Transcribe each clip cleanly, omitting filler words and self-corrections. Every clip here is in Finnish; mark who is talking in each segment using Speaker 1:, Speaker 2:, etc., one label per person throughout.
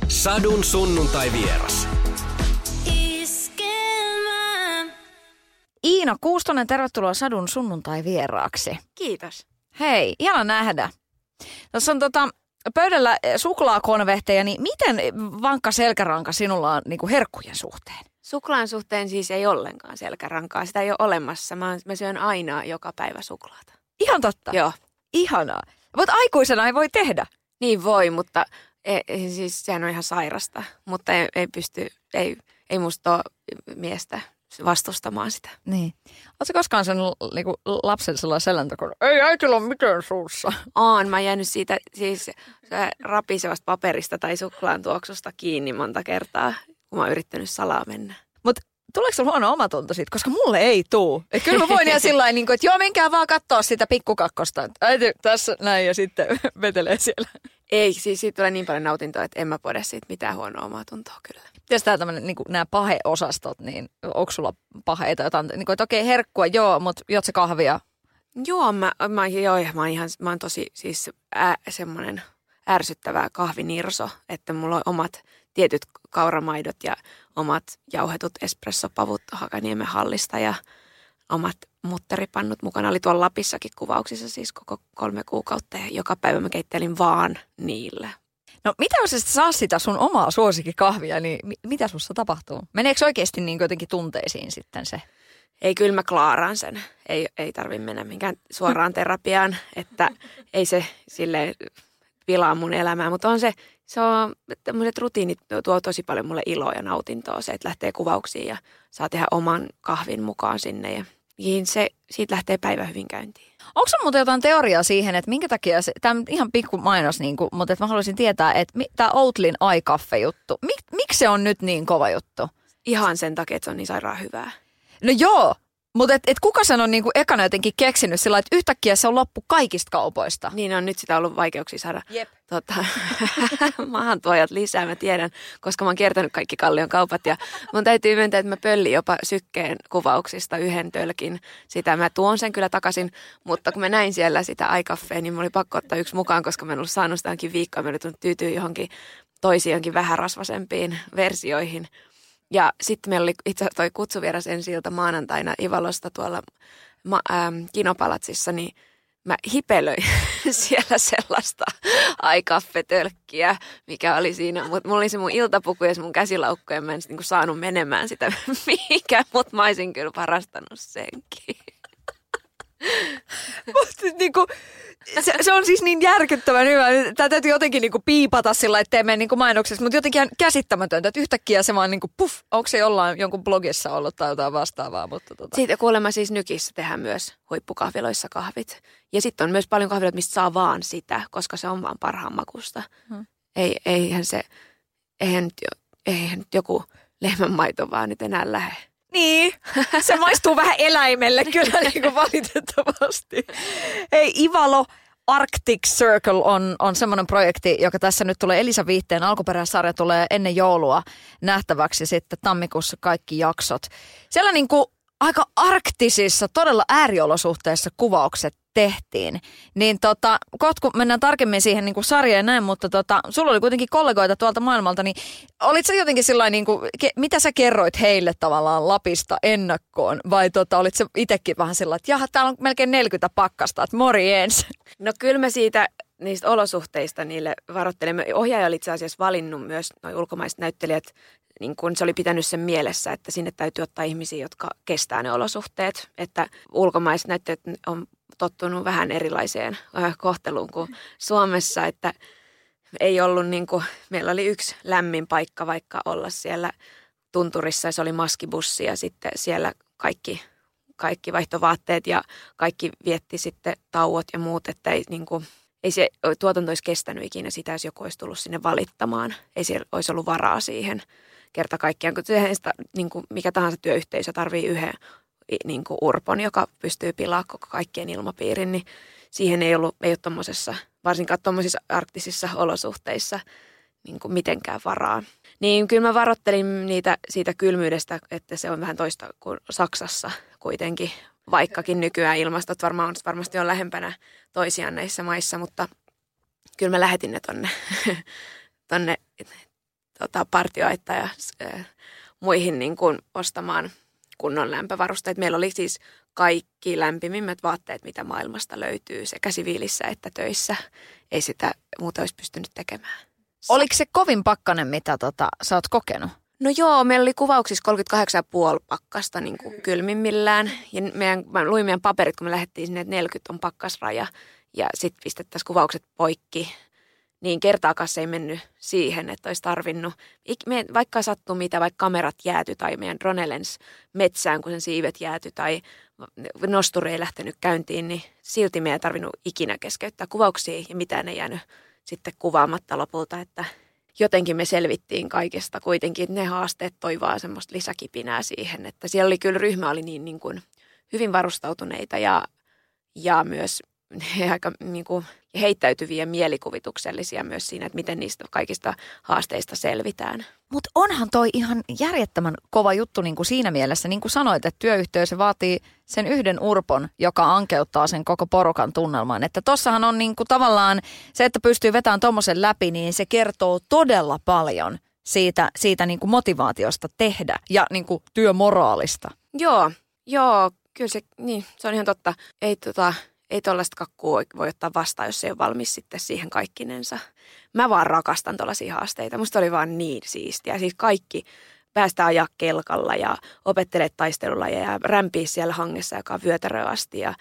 Speaker 1: Sadun sunnuntai vieras.
Speaker 2: Iina Kuustonen, tervetuloa Sadun sunnuntai vieraaksi.
Speaker 3: Kiitos.
Speaker 2: Hei, ihana nähdä. Tässä on pöydällä suklaakonvehteja, niin miten vankka selkäranka sinulla on niin kuin herkkujen suhteen?
Speaker 3: Suklaan suhteen siis ei ollenkaan selkärankaa. Sitä ei ole olemassa. Mä syön aina joka päivä suklaata.
Speaker 2: Ihan totta?
Speaker 3: Joo.
Speaker 2: Ihanaa. Mutta aikuisena ei voi tehdä.
Speaker 3: Niin voi, mutta siis sehän on ihan sairasta. Mutta ei musta ole miestä vastustamaan sitä.
Speaker 2: Niin. Oletko koskaan sanonut niinku lapsen sellainen selän takana, ei äitillä ole mitään suussa?
Speaker 3: Mä oon jäänyt siitä siis rapisevasta paperista tai suklaan tuoksusta kiinni monta kertaa, kun mä oon yrittänyt salaa mennä.
Speaker 2: Mutta tuleeko sulla huono omatunto siitä? Koska mulle ei tuu. Et kyllä mä voin ihan sillain, niin että joo, menkää vaan katsoa sitä pikkukakkosta. Äiti tässä näin ja sitten vetelee siellä.
Speaker 3: Ei, siis siitä tulee niin paljon nautintoa, että en mä poda siitä mitään huonoa omatuntoa kyllä.
Speaker 2: Tietysti tämä tämmöinen, niin nämä paheosastot, niin onko sulla paheita jotain? Niin kuin, että okei, herkkua joo, mutta juot se kahvia?
Speaker 3: Joo, mä oon tosi siis semmoinen ärsyttävä kahvinirso, että mulla on omat tietyt kauramaidot ja omat jauhetut espressopavut Hakaniemen hallista ja omat mutteripannut mukana. Oli tuolla Lapissakin kuvauksissa siis koko 3 kuukautta ja joka päivä mä keittelin vaan niillä.
Speaker 2: No mitä jos et saa sitä sun omaa suosikkikahvia, niin mitä sussa tapahtuu? Meneekö oikeasti niin jotenkin tunteisiin sitten se?
Speaker 3: Ei, kyllä mä klaaraan sen. Ei tarvitse mennä minkään suoraan terapiaan, että ei se silleen pilaa mun elämää, mutta on tämmöiset rutiinit tuo tosi paljon mulle iloa ja nautintoa, se, että lähtee kuvauksiin ja saa tehdä oman kahvin mukaan sinne ja siitä lähtee päivä hyvin käyntiin.
Speaker 2: Onko sun muuten jotain teoriaa siihen, että minkä takia, tämä on ihan pikku mainos, mutta että mä haluaisin tietää, että tämä Outlin iCafe-juttu, miksi se on nyt niin kova juttu?
Speaker 3: Ihan sen takia, että se on niin sairaan hyvää.
Speaker 2: No joo, mutta et kuka sen on niinku ekana jotenkin keksinyt sillä, että yhtäkkiä se on loppu kaikista kaupoista?
Speaker 3: Niin on nyt sitä ollut vaikeuksia saada maahantuojat lisää, mä tiedän, koska mä oon kiertänyt kaikki Kallion kaupat ja mun täytyy myöntää, että mä pöllin jopa Sykkeen kuvauksista yhden tölkin. Sitä mä tuon sen kyllä takaisin, mutta kun mä näin siellä sitä iCafea, niin mulla oli pakko ottaa yksi mukaan, koska mä en ollut saanut sitä jonkin viikkoa, mä olin tyytyä johonkin toisiinkin vähän rasvasempiin versioihin. Ja sitten meillä oli itse asiassa toi kutsuvieras ensi ilta maanantaina Ivalosta tuolla Kinopalatsissa, niin mä hipelöin siellä sellaista iCafe-tölkkiä, mikä oli siinä. Mutta mulla oli se mun iltapuku ja se mun käsilaukku ja mä en niinku saanut menemään sitä mihinkään, mutta mä olisin kyllä varastanut senkin.
Speaker 2: Niinku, se on siis niin järkyttävän hyvä. Tämä täytyy jotenkin niinku piipata sillä, ettei mene niinku mainoksessa, mutta jotenkin ihan käsittämätöntä, että yhtäkkiä se vaan niinku puff, onko se jonkun blogissa ollut tai jotain vastaavaa. Mutta
Speaker 3: Siitä kuulemma siis Nykissä tehdään myös huippukahviloissa kahvit. Ja sitten on myös paljon kahviloita, mistä saa vaan sitä, koska se on vaan parhaan makusta. Eihän nyt joku lehmänmaito vaan nyt enää lähde.
Speaker 2: Niin, se maistuu vähän eläimelle kyllä niin kuin valitettavasti. Hei, Ivalo Arctic Circle on semmoinen projekti, joka tässä nyt tulee Elisa Viihteen alkuperäissarja tulee ennen joulua nähtäväksi sitten tammikuussa kaikki jaksot. Siellä niin kuin aika arktisissa, todella ääriolosuhteissa kuvaukset tehtiin. Niin kohta kun mennään tarkemmin siihen niin kuin sarjaan näin, mutta sulla oli kuitenkin kollegoita tuolta maailmalta, niin olit sä jotenkin sillain niin kuin, mitä sä kerroit heille tavallaan Lapista ennakkoon? Vai olit sä itsekin vähän sillä, että jaha, täällä on melkein 40 pakkasta, että morjens.
Speaker 3: No kyllä mä niistä olosuhteista niille varoittelemme. Ohjaaja oli itse asiassa valinnut myös nuo ulkomaiset näyttelijät, niin kun se oli pitänyt sen mielessä, että sinne täytyy ottaa ihmisiä, jotka kestää ne olosuhteet. Että ulkomaiset näyttelijät on tottunut vähän erilaiseen kohteluun kuin Suomessa, että ei ollut niin kuin, meillä oli yksi lämmin paikka vaikka olla siellä tunturissa ja se oli maskibussi ja sitten siellä kaikki vaihtovaatteet ja kaikki vietti sitten tauot ja muut, että ei se tuotanto olisi kestänyt ikinä sitä, jos joku olisi tullut sinne valittamaan. Ei siellä olisi ollut varaa siihen kerta kaikkiaan, kun niin kuin mikä tahansa työyhteisö tarvitsee yhden niin kuin urpon, joka pystyy pilaamaan koko kaikkien ilmapiirin, niin siihen ei ole tuommoisessa, varsinkaan tuommoisissa arktisissa olosuhteissa niin kuin mitenkään varaa. Niin kyllä mä varoittelin niitä siitä kylmyydestä, että se on vähän toista kuin Saksassa kuitenkin, vaikkakin nykyään ilmastot varmasti on lähempänä toisiaan näissä maissa, mutta kyllä mä lähetin ne tonne partioita ja muihin niin kuin ostamaan kunnon lämpövarusteet. Meillä oli siis kaikki lämpimimmät vaatteet, mitä maailmasta löytyy sekä siviilissä että töissä. Ei sitä muuta olisi pystynyt tekemään.
Speaker 2: Oliko se kovin pakkanen, mitä sä oot kokenut?
Speaker 3: No joo, meillä oli kuvauksissa 38,5 pakkasta niin kuin kylmimmillään. Ja mä luin meidän paperit, kun me lähdettiin sinne, että 40 on pakkasraja. Ja sitten pistettäisiin kuvaukset poikki. Niin kertaakaan se ei mennyt siihen, että olisi tarvinnut. Vaikka sattuu mitä, vaikka kamerat jääty tai meidän drone lens metsään, kun sen siivet jääty tai nosturi ei lähtenyt käyntiin, niin silti me ei tarvinnut ikinä keskeyttää kuvauksia ja mitään ei jäänyt sitten kuvaamatta lopulta, että jotenkin me selvittiin kaikesta kuitenkin, että ne haasteet toi vaan semmoista lisäkipinää siihen, että siellä oli kyllä ryhmä oli niin kuin hyvin varustautuneita ja myös aika niin kuin heittäytyviä mielikuvituksellisia myös siinä, että miten niistä kaikista haasteista selvitään.
Speaker 2: Mutta onhan toi ihan järjettömän kova juttu niin kuin siinä mielessä, niin kuin sanoit, että työyhteisö vaatii sen yhden urpon, joka ankeuttaa sen koko porukan tunnelman. Että tossahan on niin kuin tavallaan se, että pystyy vetämään tommosen läpi, niin se kertoo todella paljon siitä niin kuin motivaatiosta tehdä ja niin kuin työmoraalista.
Speaker 3: Joo, kyllä se on ihan totta. Ei tuollaista kakkua voi ottaa vastaan, jos ei ole valmis sitten siihen kaikkinensa. Mä vaan rakastan tuollaisia haasteita. Musta oli vaan niin siistiä. Siis kaikki päästä ajaa kelkalla ja opettelee taistelulla ja rämpiä siellä hangessa, joka on vyötäröön asti. Ja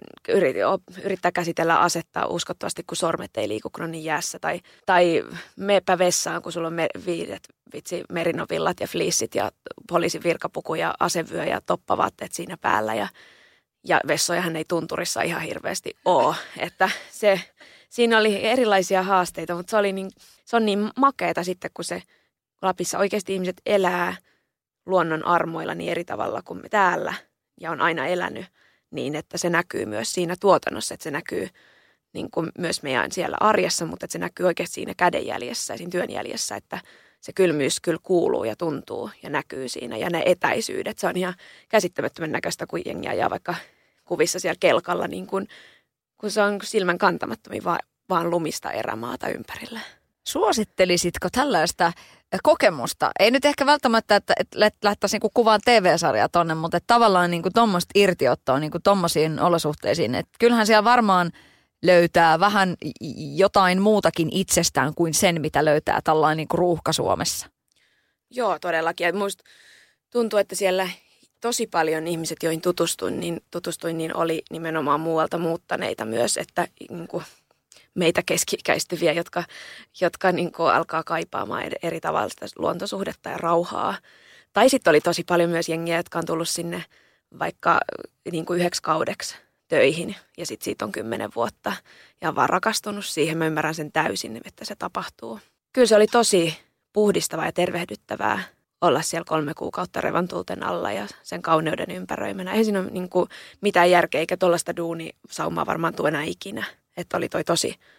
Speaker 3: yrittää käsitellä asetta uskottavasti, kun sormet ei liiku, kun on niin jäässä. Tai meepä vessaan, kun sulla on merinovillat ja fleeceit ja poliisin virkapuku ja asevyö ja toppavaatteet siinä päällä ja vessojahan ei tunturissa ihan hirveästi ole, että siinä oli erilaisia haasteita, mutta se on niin makeata sitten, kun se Lapissa oikeasti ihmiset elää luonnon armoilla niin eri tavalla kuin me täällä ja on aina elänyt niin, että se näkyy myös siinä tuotannossa, että se näkyy niin kuin myös meidän siellä arjessa, mutta että se näkyy oikeasti siinä kädenjäljessä ja siinä työnjäljessä, että se kylmyys kyllä kuuluu ja tuntuu ja näkyy siinä ja ne etäisyydet. Se on ihan käsittämättömän näköistä, kun jengi ajaa vaikka kuvissa siellä kelkalla, niin kun se on silmän kantamattomia vaan lumista erämaata ympärillä.
Speaker 2: Suosittelisitko tällaista kokemusta? Ei nyt ehkä välttämättä, että lähtäisiin kuvaan TV-sarjaa tonne, mutta että tavallaan niin tuommoista irtiottoa niin tuommoisiin olosuhteisiin. Että kyllähän siellä varmaan löytää vähän jotain muutakin itsestään kuin sen, mitä löytää tällainen niin ruuhka Suomessa. Joo, todellakin. Ja musta tuntuu, että siellä tosi paljon ihmiset, joihin tutustuin, niin oli nimenomaan muualta muuttaneita myös, että niin kuin meitä keski-ikäistyviä, jotka niin kuin alkaa kaipaamaan eri tavalla sitä luontosuhdetta ja rauhaa. Tai sitten oli tosi paljon myös jengiä, jotka on tullut sinne vaikka niin kuin 1 kaudeksi töihin ja sitten siitä on 10 vuotta ja on vaan rakastunut siihen. Mä ymmärrän sen täysin, että se tapahtuu. Kyllä se oli tosi puhdistavaa ja tervehdyttävää olla siellä 3 kuukautta revantulten alla ja sen kauneuden ympäröimänä. Ei siinä ole niin kuin mitään järkeä, eikä tuollaista duunisaumaa varmaan tule enää ikinä. Että oli toi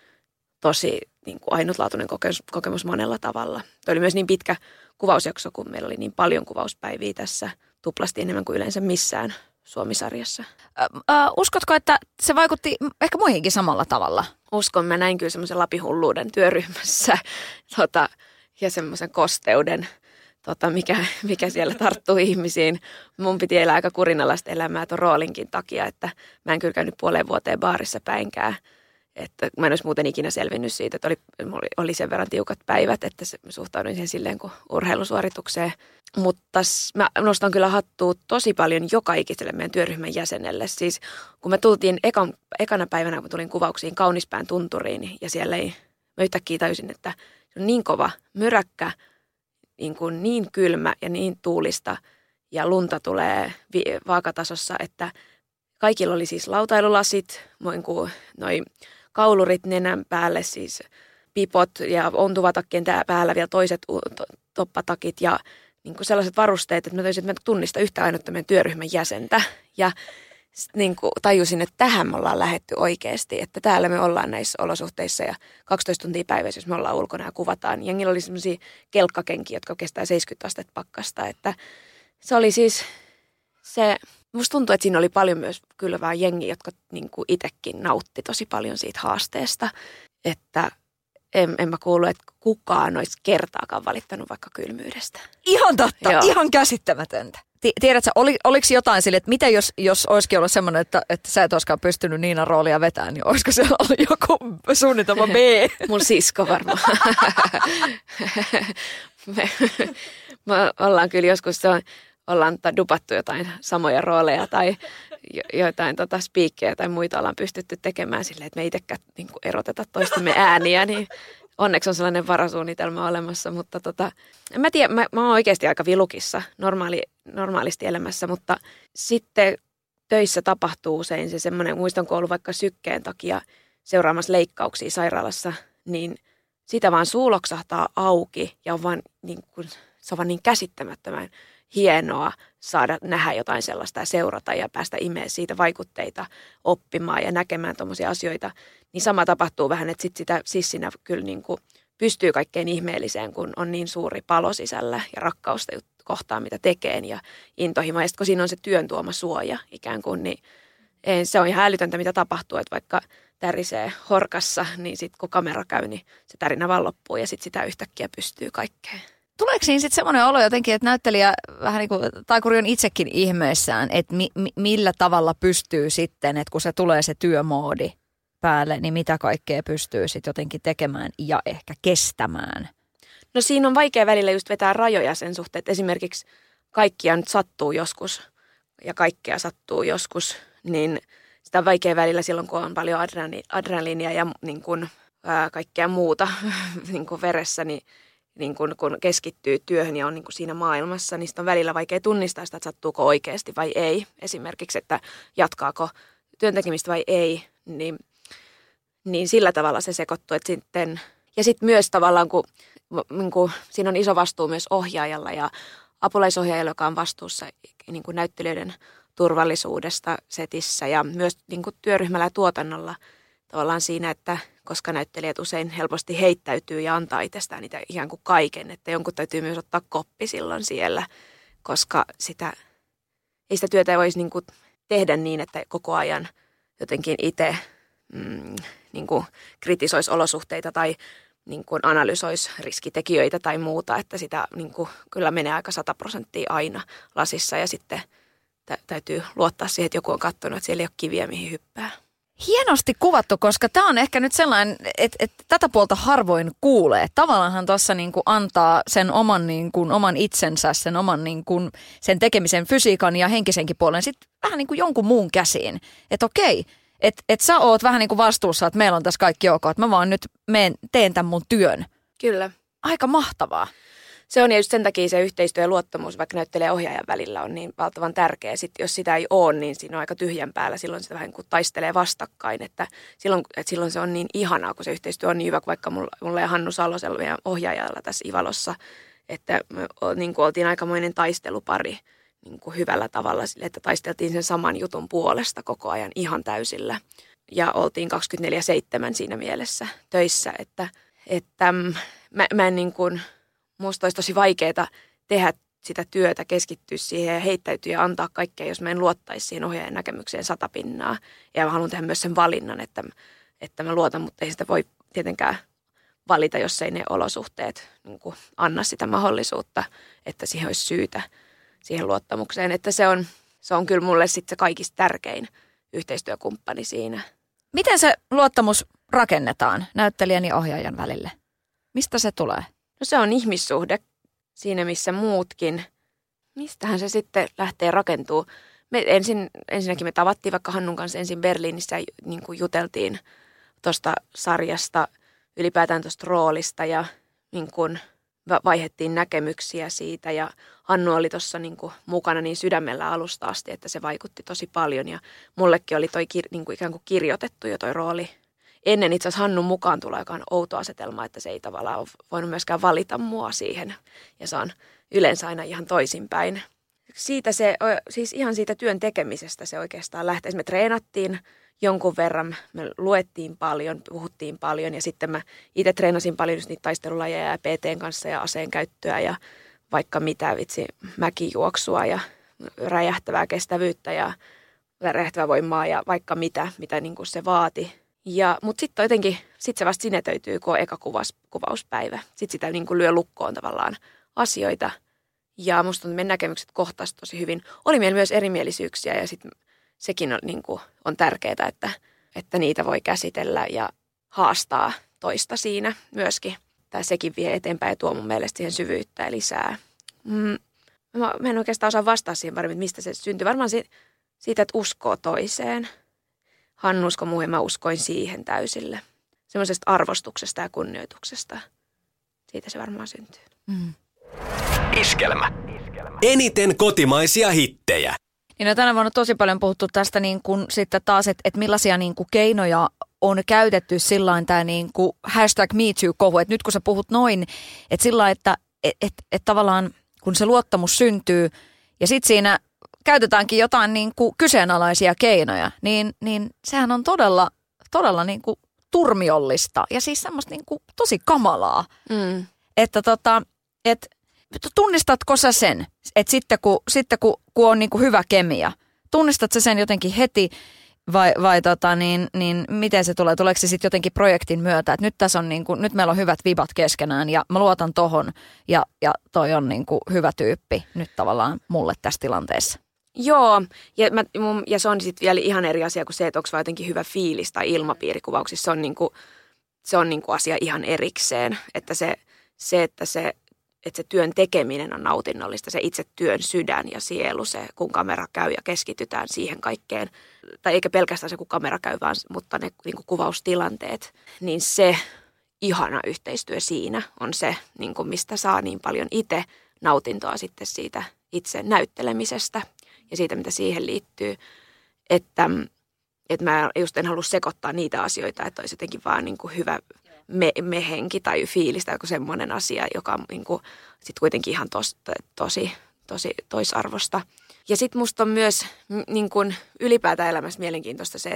Speaker 2: tosi niin kuin ainutlaatuinen kokemus monella tavalla. Toi oli myös niin pitkä kuvausjakso, kun meillä oli niin paljon kuvauspäiviä tässä. Tuplasti enemmän kuin yleensä missään Suomi-sarjassa. Uskotko, että se vaikutti ehkä muihinkin samalla tavalla?
Speaker 3: Uskon. Mä näin kyllä semmoisen Lapihulluuden työryhmässä ja semmoisen kosteuden, mikä siellä tarttuu ihmisiin. Mun piti elää aika kurinalaista elämää ton roolinkin takia, että mä en kyllä käynyt 0,5 vuoteen baarissa päinkään. Että mä en olisi muuten ikinä selvinnyt siitä, että oli sen verran tiukat päivät, että suhtauduin siihen silleen kuin urheilusuoritukseen. Mutta mä nostan kyllä hattua tosi paljon joka ikiselle meidän työryhmän jäsenelle. Siis kun me tultiin ekana päivänä, kun tulin kuvauksiin Kaunispään tunturiin ja siellä mä yhtäkkiä tajusin, että se on niin kova myräkkä, niin kylmä ja niin tuulista ja lunta tulee vaakatasossa, että kaikilla oli siis lautailulasit, noi kaulurit nenän päälle, siis pipot ja ontuvatakkien päällä vielä toiset toppatakit ja niin kuin sellaiset varusteet, että mä tajusin, että mä tunnistan yhtä ainutta meidän työryhmän jäsentä ja niin kuin tajusin, että tähän me ollaan lähdetty oikeasti, että täällä me ollaan näissä olosuhteissa ja 12 tuntia päivässä, jos me ollaan ulkona ja kuvataan. Jengillä oli semmoisia kelkkakenkiä, jotka kestää 70 astetta pakkasta, että se oli siis se. Musta tuntuu, että siinä oli paljon myös kyllä vaan jengiä, jotka niin kuin itsekin nautti tosi paljon siitä haasteesta, että en mä kuullut, että kukaan olisi kertaakaan valittanut vaikka kylmyydestä.
Speaker 2: Ihan totta,
Speaker 3: Joo.
Speaker 2: ihan käsittämätöntä. Tiedätkö, oliko jotain sille, että mitä jos olisikin ollut semmoinen, että sä et olisikaan pystynyt Niinan roolia vetämään, niin olisiko siellä ollut joku suunnitelma B?
Speaker 3: Mun sisko varmaan. me ollaan kyllä joskus ollaan dupattu jotain samoja rooleja tai jotain spiikkejä tai muita ollaan pystytty tekemään silleen, että me itsekään niin eroteta toistemme ääniä, niin onneksi on sellainen varasuunnitelma olemassa, mutta en mä tiedä, mä oon oikeasti aika vilukissa normaalisti elämässä, mutta sitten töissä tapahtuu usein se semmoinen, muistan kun on ollut vaikka sykkeen takia seuraamassa leikkauksia sairaalassa, niin sitä vaan suu loksahtaa auki ja on vaan se on vaan niin käsittämättömän hienoa saada nähdä jotain sellaista ja seurata ja päästä imee siitä vaikutteita oppimaan ja näkemään tuommoisia asioita. Niin sama tapahtuu vähän, että sit sitä sissinä kyllä niin kuin pystyy kaikkein ihmeelliseen, kun on niin suuri palo sisällä ja rakkausta kohtaan, mitä tekee ja intohimo. Ja sitten kun siinä on se työn tuoma suoja ikään kuin, niin se on ihan älytöntä, mitä tapahtuu, että vaikka tärisee horkassa, niin sitten kun kamera käy, niin se tärinä vaan loppuu ja sitten sitä yhtäkkiä pystyy kaikkeen.
Speaker 2: Tuleeko siinä sitten semmoinen olo jotenkin, että näyttelijä vähän niin kuin taikuri on itsekin ihmeessään, että millä tavalla pystyy sitten, että kun se tulee se työmoodi päälle, niin mitä kaikkea pystyy sitten jotenkin tekemään ja ehkä kestämään?
Speaker 3: No siinä on vaikea välillä just vetää rajoja sen suhteen, että esimerkiksi kaikkia nyt sattuu joskus ja kaikkea sattuu joskus, niin sitä on vaikea välillä silloin, kun on paljon adrenaliinia ja niin kuin, kaikkea muuta niin kuin veressä, niin kun keskittyy työhön ja on niin kuin siinä maailmassa, niin on välillä vaikea tunnistaa sitä, että sattuuko oikeasti vai ei. Esimerkiksi, että jatkaako työntekemistä vai ei, niin sillä tavalla se sekoittuu. Ja sitten myös tavallaan, kun siinä on iso vastuu myös ohjaajalla ja apulaisohjaajalla, joka on vastuussa niin kuin näyttelijöiden turvallisuudesta setissä ja myös niin kuin työryhmällä ja tuotannolla tavallaan siinä, että koska näyttelijät usein helposti heittäytyy ja antaa itsestään niitä ihan kuin kaiken, että jonkun täytyy myös ottaa koppi silloin siellä, koska ei sitä työtä voisi niin kuin tehdä niin, että koko ajan jotenkin itse niin kuin kritisoisi olosuhteita tai niin kuin analysoisi riskitekijöitä tai muuta, että sitä niin kuin kyllä menee aika 100% aina lasissa ja sitten täytyy luottaa siihen, että joku on katsonut, että siellä ei ole kiviä, mihin hyppää.
Speaker 2: Hienosti kuvattu, koska tämä on ehkä nyt sellainen, että tätä puolta harvoin kuulee. Tavallaanhan tuossa niinku antaa sen oman itsensä, sen oman sen tekemisen fysiikan ja henkisenkin puolen sitten vähän niin kuin jonkun muun käsiin. Että okei, että sä oot vähän niin kuin vastuussa, että meillä on tässä kaikki ok, että mä vaan nyt teen tämän mun työn.
Speaker 3: Kyllä.
Speaker 2: Aika mahtavaa.
Speaker 3: Se on ja just sen takia se yhteistyö ja luottamus vaikka näyttelijä ja ohjaajan välillä on niin valtavan tärkeä. Sitten jos sitä ei ole, niin siinä on aika tyhjän päällä. Silloin sitä vähän niin kuin taistelee vastakkain. Että silloin se on niin ihanaa, kun se yhteistyö on niin hyvä, vaikka mulla ja Hannu Salosella meidän ohjaajalla tässä Ivalossa. Että me niin kuin oltiin aikamoinen taistelupari niin kuin hyvällä tavalla sille, että taisteltiin sen saman jutun puolesta koko ajan ihan täysillä. Ja oltiin 24/7 siinä mielessä töissä, että mä en niin kuin musta olisi tosi vaikeaa tehdä sitä työtä, keskittyä siihen ja heittäytyä ja antaa kaikkea, jos mä en luottaisi siihen ohjaajan näkemykseen 100%. Ja mä haluan tehdä myös sen valinnan, että mä luotan, mutta ei sitä voi tietenkään valita, jos ei ne olosuhteet niin kuin anna sitä mahdollisuutta, että siihen olisi syytä siihen luottamukseen. Että se on kyllä mulle sitten se kaikista tärkein yhteistyökumppani siinä.
Speaker 2: Miten se luottamus rakennetaan näyttelijän ja ohjaajan välille? Mistä se tulee?
Speaker 3: No se on ihmissuhde siinä, missä muutkin. Mistähän se sitten lähtee rakentuu? Ensinnäkin me tavattiin vaikka Hannun kanssa ensin Berliinissä ja niin kuin juteltiin tuosta sarjasta, ylipäätään tuosta roolista ja niin kuin vaihdettiin näkemyksiä siitä. Ja Hannu oli tuossa niin kuin mukana niin sydämellä alusta asti, että se vaikutti tosi paljon. Ja mullekin oli toi niin kuin ikään kuin kirjoitettu jo toi rooli. Ennen itse asiassa Hannun mukaan tulee, joka on outo asetelma, että se ei tavallaan ole voinut myöskään valita mua siihen. Ja se on yleensä aina ihan toisinpäin. Siis ihan siitä työn tekemisestä se oikeastaan lähtee. Me treenattiin jonkun verran, me luettiin paljon, puhuttiin paljon ja sitten mä itse treenasin paljon just niitä taistelulajeja ja PT:n kanssa ja aseen käyttöä ja vaikka mitä mäkijuoksua ja räjähtävää kestävyyttä ja räjähtävää voimaa ja vaikka mitä niin kuin se vaati. Mutta sitten jotenkin, se vasta sinetöityy, kun on eka kuvauspäivä. Sitten sitä niin kuin lyö lukkoon tavallaan asioita. Ja musta meidän näkemykset kohtasivat tosi hyvin. Oli meillä myös erimielisyyksiä ja sitten sekin on tärkeää, että niitä voi käsitellä ja haastaa toista siinä myöskin. Tai sekin vie eteenpäin ja tuo mun mielestä siihen syvyyttä ja lisää. Mä en oikeastaan osaa vastata siihen paremmin, että mistä se syntyy. Varmaan siitä, että uskoo toiseen. Hannu uskoi muuhun ja mä uskoin siihen täysille. Semmoisesta arvostuksesta ja kunnioituksesta. Siitä se varmaan syntyy.
Speaker 1: Iskelmä. Eniten kotimaisia hittejä.
Speaker 2: Niin no, tänä vuonna tosi paljon puhuttu tästä niin kuin sitten taas, että millaisia niin kuin keinoja on käytetty sillain tämä niin kuin #MeToo-kohu. Että nyt kun sä puhut noin, että sillä että tavallaan kun se luottamus syntyy ja sitten siinä käytetäänkin jotain niin kuin kyseenalaisia keinoja, niin sehän on todella niin kuin turmiollista ja siis semmoista niin kuin tosi kamalaa. Että tunnistatko sä sen, että sitten kun on niin kuin hyvä kemia, tunnistat sä sen jotenkin heti vai miten se tulee? Tuleeko se sitten jotenkin projektin myötä, että nyt tässä on niin kuin, nyt meillä on hyvät vibat keskenään ja mä luotan tohon ja toi on niin kuin hyvä tyyppi nyt tavallaan mulle tässä tilanteessa.
Speaker 3: Joo, ja se on sitten vielä ihan eri asia kuin se, että onko vaan jotenkin hyvä fiilis tai ilmapiirikuvauksissa. Se on niinku asia ihan erikseen, että se työn tekeminen on nautinnollista, se itse työn sydän ja sielu, se kun kamera käy ja keskitytään siihen kaikkeen. Tai eikä pelkästään se, kun kamera käy, mutta ne niinku kuvaustilanteet, niin se ihana yhteistyö siinä on se, niinku, mistä saa niin paljon itse nautintoa sitten siitä itse näyttelemisestä ja siitä, mitä siihen liittyy, että mä just en halua sekoittaa niitä asioita, että olisi jotenkin vaan niin kuin hyvä mehenki tai fiilis tai joku semmoinen asia, joka on niin kuin sit kuitenkin ihan tosi toisarvosta. Ja sitten musta on myös niin kuin ylipäätään elämässä mielenkiintoista se,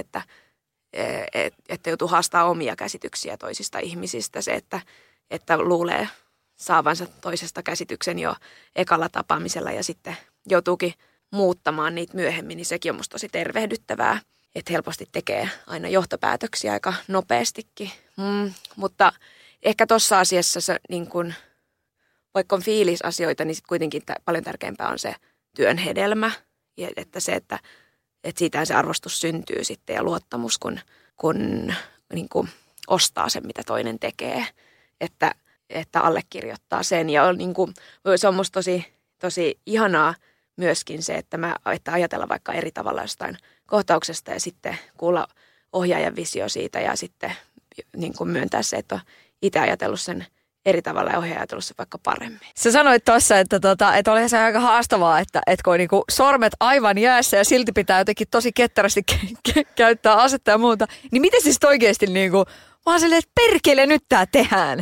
Speaker 3: että joutuu haastaa omia käsityksiä toisista ihmisistä. Se, että luulee saavansa toisesta käsityksen jo ekalla tapaamisella ja sitten joutuukin muuttamaan niitä myöhemmin, niin sekin on musta tosi tervehdyttävää. Että helposti tekee aina johtopäätöksiä aika nopeastikin. Mutta ehkä tuossa asiassa se, niin kun, vaikka on fiilisasioita, niin sitten kuitenkin paljon tärkeämpää on se työn hedelmä. Ja että se, että siitähän se arvostus syntyy sitten ja luottamus, kun niin kun ostaa sen, mitä toinen tekee. Että allekirjoittaa sen. Ja on, niin kun, se on musta tosi ihanaa myöskin se, että ajatellaan vaikka eri tavalla jostain kohtauksesta ja sitten kuulla ohjaajan visio siitä ja sitten niin kuin myöntää se, että on itse ajatellut sen eri tavalla ja ohjaaja ajatellut sen vaikka paremmin.
Speaker 2: Sä sanoit tuossa, että oli se aika haastavaa, että kun on niinku sormet aivan jäässä ja silti pitää jotenkin tosi ketterästi käyttää asetta ja muuta. Niin miten siis oikeasti niinku, vaan silleen, että perkele nyt tää tehdään.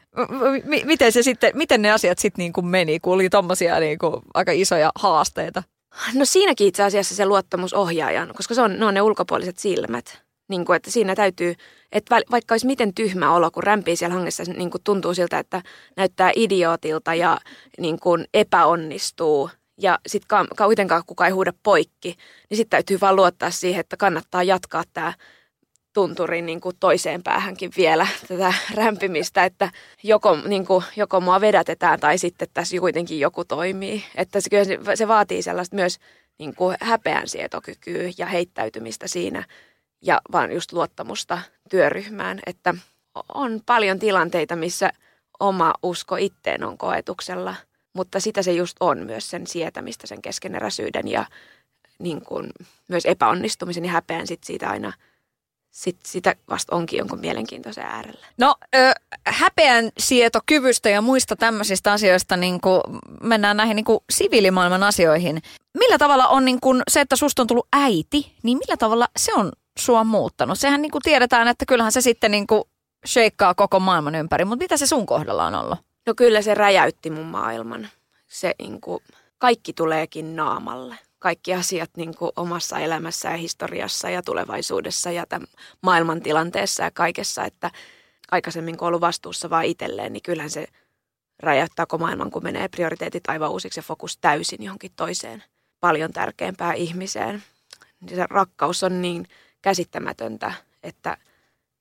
Speaker 2: Miten ne asiat sitten niinku meni, kun oli tommosia niinku aika isoja haasteita?
Speaker 3: No siinäkin itse asiassa se luottamus ohjaajan, koska ne on ne ulkopuoliset silmät. Niin kuin, että siinä täytyy, että vaikka olisi miten tyhmä olo, kun rämpii siellä hangessa, niin kuin tuntuu siltä, että näyttää idiootilta ja niin kuin epäonnistuu. Ja sitten kuitenkaan kukaan ei huuda poikki, niin sitten täytyy vaan luottaa siihen, että kannattaa jatkaa tämä tunturin niin kuin toiseen päähänkin vielä tätä rämpimistä, että joko mua vedätetään tai sitten tässä kuitenkin joku toimii. Että se vaatii sellaista myös niin kuin häpeänsietokykyä ja heittäytymistä siinä ja vaan just luottamusta työryhmään, että on paljon tilanteita, missä oma usko itteen on koetuksella, mutta sitä se just on myös sen sietämistä, sen keskeneräisyyden ja niin kuin myös epäonnistumisen ja häpeän siitä aina. Sitten sitä vasta onkin jonkun mielenkiintoisen äärellä.
Speaker 2: No häpeän sietokyvystä ja muista tämmöisistä asioista niin kuin mennään näihin niin kuin siviilimaailman asioihin. Millä tavalla on niin kuin se, että susta on tullut äiti, niin millä tavalla se on sua muuttanut? Sehän niin kuin tiedetään, että kyllähän se sitten niin kuin shakeaa koko maailman ympäri, mutta mitä se sun kohdalla on ollut?
Speaker 3: No kyllä se räjäytti mun maailman. Se niin kuin, kaikki tuleekin naamalle. Kaikki asiat niin kuin omassa elämässä ja historiassa ja tulevaisuudessa ja tämän maailmantilanteessa ja kaikessa, että aikaisemmin kun on ollut vastuussa vaan itselleen, niin kyllähän se räjäyttää koko maailman, kun menee prioriteetit aivan uusiksi ja fokus täysin johonkin toiseen paljon tärkeämpään ihmiseen. Se rakkaus on niin käsittämätöntä, että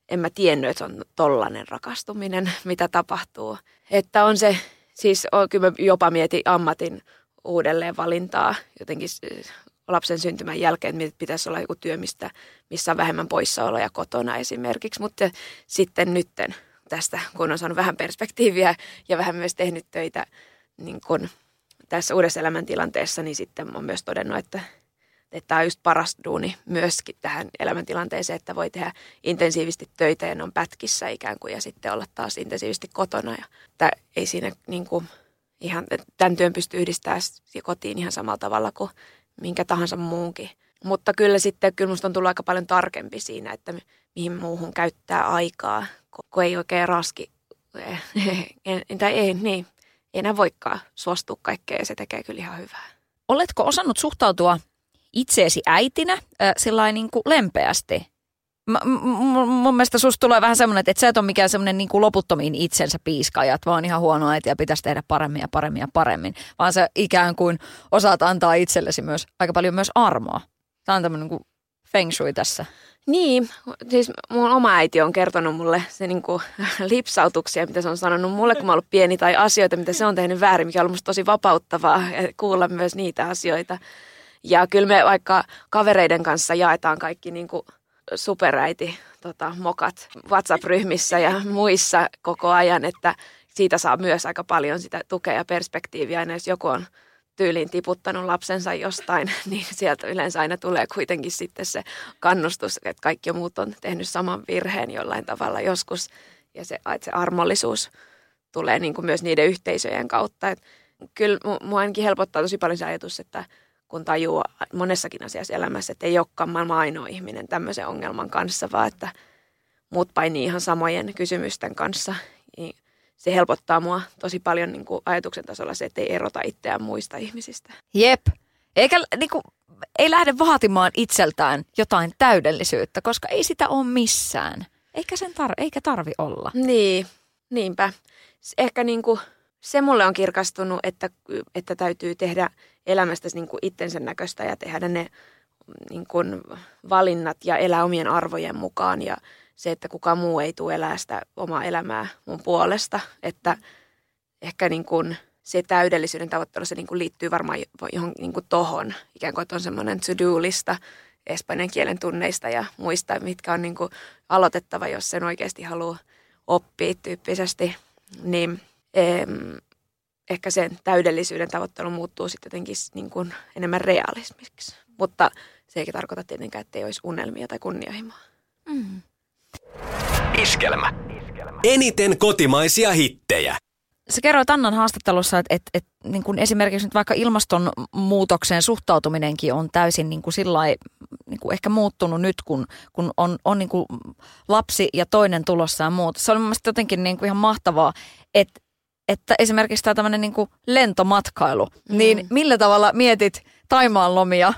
Speaker 3: en mä tiennyt, että se on tollainen rakastuminen, mitä tapahtuu. Että on se, siis kyllä mä jopa mietin ammatin uudelleen valintaa jotenkin lapsen syntymän jälkeen, että pitäisi olla joku työ, missä on vähemmän poissaoloja kotona esimerkiksi. Mutta sitten nytten tästä, kun on saanut vähän perspektiiviä ja vähän myös tehnyt töitä niin kun tässä uudessa elämäntilanteessa, niin sitten mä oon myös todennut, että tämä on just paras duuni myöskin tähän elämäntilanteeseen, että voi tehdä intensiivisesti töitä ja ne on pätkissä ikään kuin ja sitten olla taas intensiivisesti kotona. Ja että ei siinä niin kuin ihan, tämän työn pysty yhdistämään kotiin ihan samalla tavalla kuin minkä tahansa muunkin. Mutta kyllä musta on tullut aika paljon tarkempi siinä, että mihin muuhun käyttää aikaa, kun ei oikein ei enää voikaan suostua kaikkeen ja se tekee kyllä ihan hyvää.
Speaker 2: Oletko osannut suhtautua itseesi äitinä sillain niin kuin lempeästi? Mun mielestä susta tulee vähän semmoinen, että sä et ole mikään semmoinen niin kuin loputtomiin itsensä piiskaaja, että vaan ihan huono äiti ja pitäisi tehdä paremmin ja paremmin ja paremmin, vaan sä ikään kuin osaat antaa itsellesi myös aika paljon myös armoa. Tämä on tämmöinen niin kuin feng shui tässä.
Speaker 3: Niin, siis mun oma äiti on kertonut mulle se niinku lipsautuksia, mitä se on sanonut mulle, kun mä oon ollut pieni, tai asioita, mitä se on tehnyt väärin, mikä on ollut musta tosi vapauttavaa kuulla myös niitä asioita. Ja kyllä me vaikka kavereiden kanssa jaetaan kaikki niinku superäiti mokat WhatsApp-ryhmissä ja muissa koko ajan, että siitä saa myös aika paljon sitä tukea ja perspektiiviä. Aina jos joku on tyyliin tiputtanut lapsensa jostain, niin sieltä yleensä aina tulee kuitenkin sitten se kannustus, että kaikki muut on tehnyt saman virheen jollain tavalla joskus. Ja se armollisuus tulee niin kuin myös niiden yhteisöjen kautta. Et kyllä mua ainakin helpottaa tosi paljon se ajatus, että kun tajuaa monessakin asiassa elämässä, että ei olekaan maailman ainoa ihminen tämmöisen ongelman kanssa, vaan että muut painii ihan samojen kysymysten kanssa. Niin se helpottaa mua tosi paljon niin kuin ajatuksen tasolla se, että ei erota itseään muista ihmisistä.
Speaker 2: Jep. Eikä niin kuin, ei lähde vaatimaan itseltään jotain täydellisyyttä, koska ei sitä ole missään. Eikä tarvi olla.
Speaker 3: Niin, niinpä. Ehkä niin kuin, se mulle on kirkastunut, että täytyy tehdä elämästä niin kuin itsensä näköistä ja tehdä ne niin kuin valinnat ja elää omien arvojen mukaan ja se, että kukaan muu ei tule elää sitä omaa elämää mun puolesta, että ehkä niin kuin se täydellisyyden tavoittelu, se niin kuin liittyy varmaan johon niin kuin tohon, ikään kuin että on semmoinen to-do-lista espanjan kielen tunneista ja muista, mitkä on niin kuin aloitettava, jos sen oikeasti haluaa oppia tyyppisesti, niin ehkä sen täydellisyyden tavoittelu muuttuu sitten jotenkin niin kuin enemmän realismiksi, mutta se ei tarkoita tietenkään, että ei olisi unelmia tai kunnianhimoa.
Speaker 2: Mm.
Speaker 1: Iskelmä. Eniten kotimaisia hittejä.
Speaker 2: Sä kerroit Annan haastattelussa, että niin kuin esimerkiksi nyt vaikka ilmastonmuutokseen suhtautuminenkin on täysin niin kuin sillai, niin kuin ehkä muuttunut nyt, kun on niin kuin lapsi ja toinen tulossa ja muuta. Se on mielestäni jotenkin niin kuin ihan mahtavaa, että esimerkiksi tämä tämmöinen niin kuin lentomatkailu, niin millä tavalla mietit Thaimaan lomia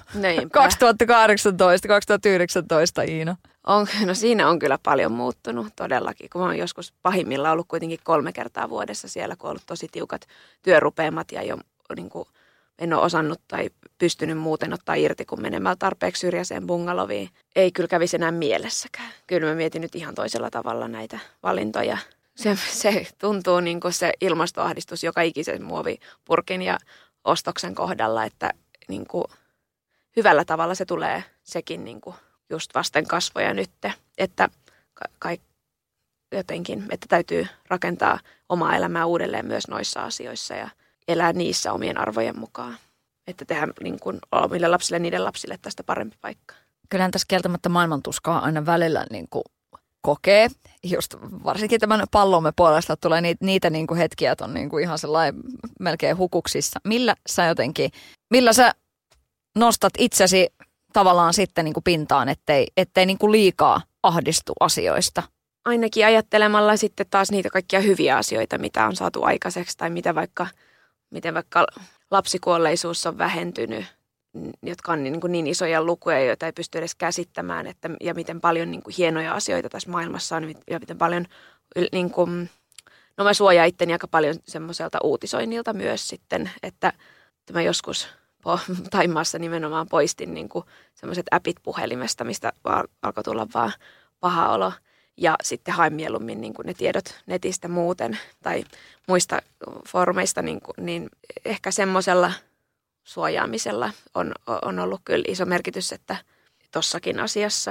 Speaker 2: 2018-2019, Iina?
Speaker 3: No siinä on kyllä paljon muuttunut todellakin, kun mä oon joskus pahimmillaan ollut kuitenkin 3 kertaa vuodessa siellä, kun on ollut tosi tiukat työrupeamat ja jo, niin kuin, en ole osannut tai pystynyt muuten ottaa irti, kun menemään tarpeeksi syrjäiseen bungaloviin. Ei kyllä kävisi enää mielessäkään. Kyllä mä mietin nyt ihan toisella tavalla näitä valintoja. Se tuntuu niin kuin se ilmastoahdistus joka ikisen muovipurkin ja ostoksen kohdalla, että niin kuin, hyvällä tavalla se tulee sekin niin kuin just vasten kasvoja nyt, että jotenkin, että täytyy rakentaa omaa elämää uudelleen myös noissa asioissa ja elää niissä omien arvojen mukaan. Että tehdä niin kuin omille lapsille, niiden lapsille tästä parempi paikka.
Speaker 2: Kyllähän tässä kieltämättä maailmantuskaa aina välillä niin kuin kokee. Just varsinkin tämän pallomme puolesta tulee niitä niin kuin hetkiä, että on niin kuin ihan sellainen melkein hukuksissa. Millä sä nostat itsesi tavallaan sitten niin kuin pintaan, ettei niin kuin liikaa ahdistu asioista?
Speaker 3: Ainakin ajattelemalla sitten taas niitä kaikkia hyviä asioita, mitä on saatu aikaiseksi tai miten vaikka lapsikuolleisuus on vähentynyt, jotka on niin isoja lukuja, joita ei pysty edes käsittämään, ja miten paljon niin kuin hienoja asioita tässä maailmassa on ja miten paljon, niin kuin, no mä suojaan itteni aika paljon semmoiselta uutisoinnilta myös sitten, että mä joskus Thaimaassa nimenomaan poistin niin kuin semmoiset appit puhelimesta, mistä alkoi tulla vaan paha olo. ja sitten haen mieluummin niin kuin ne tiedot netistä muuten tai muista foorumeista, niin ehkä semmoisella suojaamisella on ollut kyllä iso merkitys, että tossakin asiassa.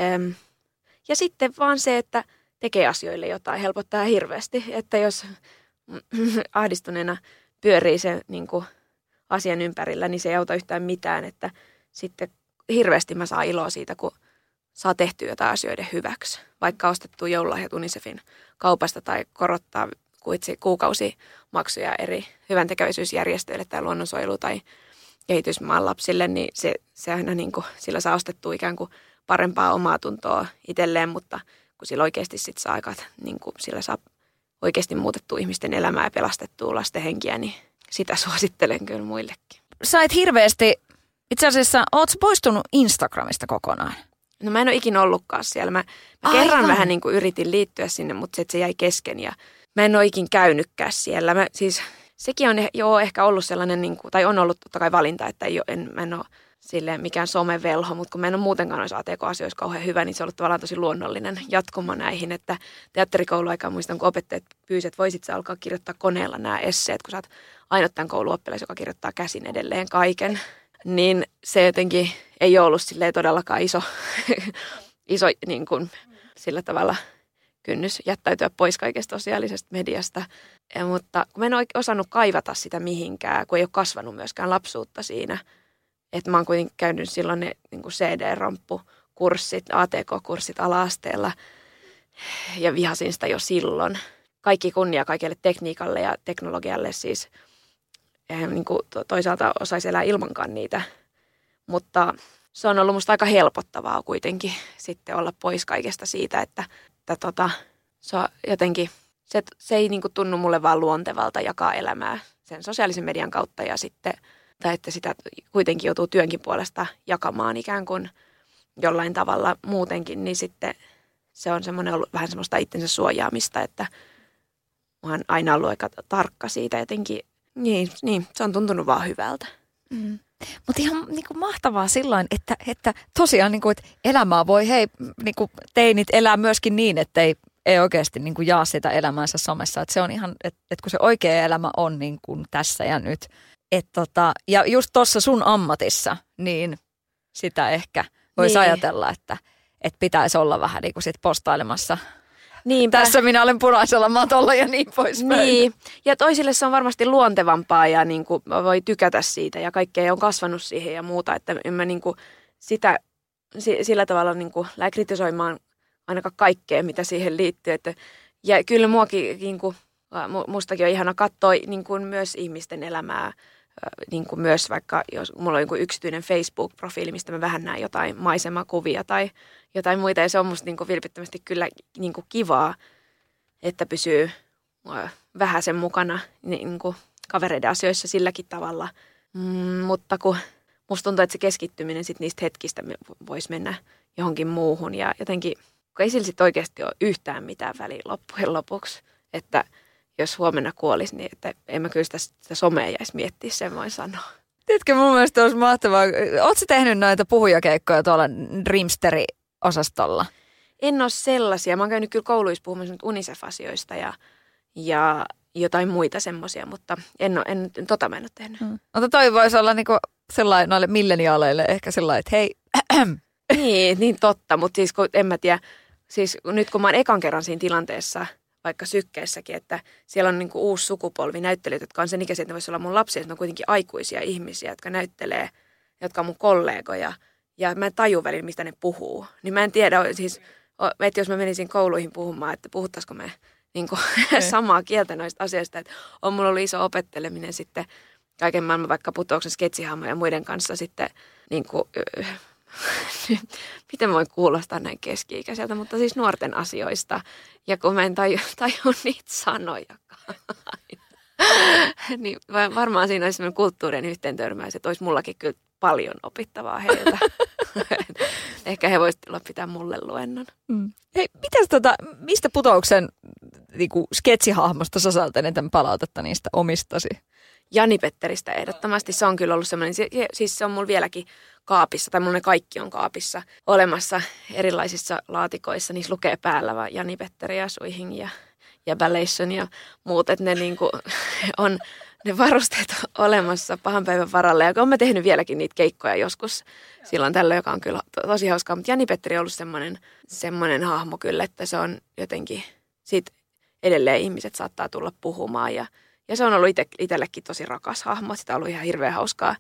Speaker 3: Ja sitten vaan se, että tekee asioille jotain, helpottaa hirveästi, että jos ahdistuneena pyörii se niin kuin asian ympärillä, niin se ei auta yhtään mitään, että sitten hirveästi mä saan iloa siitä, kun saa tehtyä jotain asioiden hyväksi. Vaikka ostettu joululahjat UNICEFin kaupasta tai korottaa kuukausimaksuja eri hyväntekeväisyysjärjestöille tai luonnonsuojelu- tai kehitysmaan lapsille, niin se aina niin kuin, sillä saa ostettua ikään kuin parempaa omaa tuntoa itselleen, mutta kun sillä oikeasti sit saa aikaa, niin kuin sillä saa oikeasti muutettua ihmisten elämää ja pelastettua lasten henkiä, niin sitä suosittelen kyllä muillekin.
Speaker 2: Sä et hirveästi, itse asiassa, ootko poistunut Instagramista kokonaan?
Speaker 3: No mä en ole ikinä ollutkaan siellä. Mä kerran vähän niin kuin yritin liittyä sinne, mutta se jäi kesken ja mä en ole ikinä käynytkään siellä. Sekin on jo ehkä ollut sellainen, niin kuin, tai on ollut totta kai valinta, että mä en ole silleen mikään somevelho, mutta kun mä en ole muutenkaan noissa ATK-asioissa kauhean hyvä, niin se on ollut tavallaan tosi luonnollinen jatkumo näihin, että teatterikouluaikaan muistan, kun opettajat pyysivät, että voisit sä alkaa kirjoittaa koneella nämä esseet, kun sä oot ainut tämän kouluoppilas, joka kirjoittaa käsin edelleen kaiken, niin se jotenkin ei ole ollut silleen todellakaan iso niin kuin, sillä tavalla kynnys jättäytyä pois kaikesta sosiaalisesta mediasta, mutta kun mä en ole osannut kaivata sitä mihinkään, kun ei ole kasvanut myöskään lapsuutta siinä. Että mä oon kuitenkin käynyt silloin ne niin kuin CD-ramppukurssit, ATK-kurssit ala-asteella ja vihasin sitä jo silloin. Kaikki kunnia kaikelle tekniikalle ja teknologialle siis niin kuin toisaalta osaisi elää ilmankaan niitä. Mutta se on ollut musta aika helpottavaa kuitenkin sitten olla pois kaikesta siitä, että se on jotenkin, se ei niin kuin tunnu mulle vaan luontevalta jakaa elämää sen sosiaalisen median kautta ja sitten tai että sitä kuitenkin joutuu työnkin puolesta jakamaan ikään kuin jollain tavalla muutenkin, niin sitten se on semmoinen ollut vähän semmoista itsensä suojaamista, että mä oon aina ollut aika tarkka siitä jotenkin. Niin se on tuntunut vaan hyvältä.
Speaker 2: Mm. Mutta ihan niinku mahtavaa silloin, että tosiaan niinku, että elämää voi niinku teinit elää myöskin niin, että ei oikeasti niinku jaa sitä elämäänsä somessa. Et se on ihan, että kun se oikea elämä on niin kuin tässä ja nyt. Ja just tuossa sun ammatissa, niin sitä ehkä voisi ajatella, että pitäisi olla vähän niin kuin sit postailemassa. Niinpä. Tässä minä olen punaisella matolla ja niin poispäin.
Speaker 3: Niin, ja toisille se on varmasti luontevampaa ja niin kuin voi tykätä siitä ja kaikkea on kasvanut siihen ja muuta, että en mä niin kuin sitä sillä tavalla niin kuin lähde kritisoimaan ainakaan kaikkea, mitä siihen liittyy. Ja kyllä muakin, niin kuin, mustakin on ihana katsoa niin kuin myös ihmisten elämää, niin kuin myös vaikka jos mulla on joku yksityinen Facebook-profiili, mistä mä vähän näen jotain maisemakuvia tai jotain muita. Ja se on musta niin kuin vilpittömästi kyllä niin kuin kivaa, että pysyy vähän sen mukana niin kuin kavereiden asioissa silläkin tavalla. Mutta kun musta tuntuu, että se keskittyminen sit niistä hetkistä voisi mennä johonkin muuhun. Ja jotenkin, kun ei sillä sit oikeasti ole yhtään mitään väliä loppujen lopuksi, että jos huomenna kuolisi, niin että en mä kyllä sitä somea jäisi miettiä, sen voin sanoa.
Speaker 2: Tiedätkö, mun mielestä olisi mahtavaa. Ootko keikkoja näitä puhujakeikkoja tuolla Dreamsteri-osastolla?
Speaker 3: En ole sellaisia. Mä oon käynyt kyllä kouluissa puhumassa nyt UNICEF-asioista ja jotain muita semmoisia, mutta mä en ole tehnyt.
Speaker 2: Mutta toi voisi olla niinku sellainen noille milleniaaleille ehkä sellainen, että hei.
Speaker 3: niin totta, mutta siis kun en mä tiedä, siis nyt kun mä oon ekan kerran siinä tilanteessa, vaikka Sykkeessäkin, että siellä on niinku uusi sukupolvi näyttelijöitä, jotka on sen ikäisiä, että ne voisi olla mun lapsia, että ne on kuitenkin aikuisia ihmisiä, jotka näyttelee, jotka on mun kollegoja. Ja mä en taju välillä, mistä ne puhuu. Niin mä en tiedä, siis, että jos mä menisin kouluihin puhumaan, että puhuttaisiko me niinku samaa kieltä noista asioista. Että on mulla ollut iso opetteleminen sitten kaiken maailman vaikka Putouksen sketsihahmojen ja muiden kanssa sitten niinku, miten voin kuulostaa näin keski-ikäiseltä, mutta siis nuorten asioista. Ja kun mä en taju niitä sanojakaan. Niin varmaan siinä olisi sellainen kulttuurien yhteen törmäys, että olisi mullakin kyllä paljon opittavaa heiltä. Ehkä he voisivat pitää mulle luennon.
Speaker 2: Hei, mistä Putouksen niinku, sketsihahmosta sä saat eniten palautetta niistä omistasi?
Speaker 3: Jani Petteristä ehdottomasti. Se on kyllä ollut semmoinen, siis se on mulla vieläkin kaapissa, tai mulla ne kaikki on kaapissa olemassa erilaisissa laatikoissa. Niissä lukee päällä vaan Jani Petteri ja Suihing ja Ballation ja muut, että ne niinku on ne varusteet olemassa pahan päivän varalle. Ja olen mä tehnyt vieläkin niitä keikkoja joskus silloin tällöin, joka on kyllä tosi hauskaa. Mutta Jani Petteri on ollut semmoinen hahmo kyllä, että se on jotenkin, siitä edelleen ihmiset saattaa tulla puhumaan. Ja se on ollut itsellekin tosi rakas hahmo. Sitä on ollut ihan hirveän hauskaa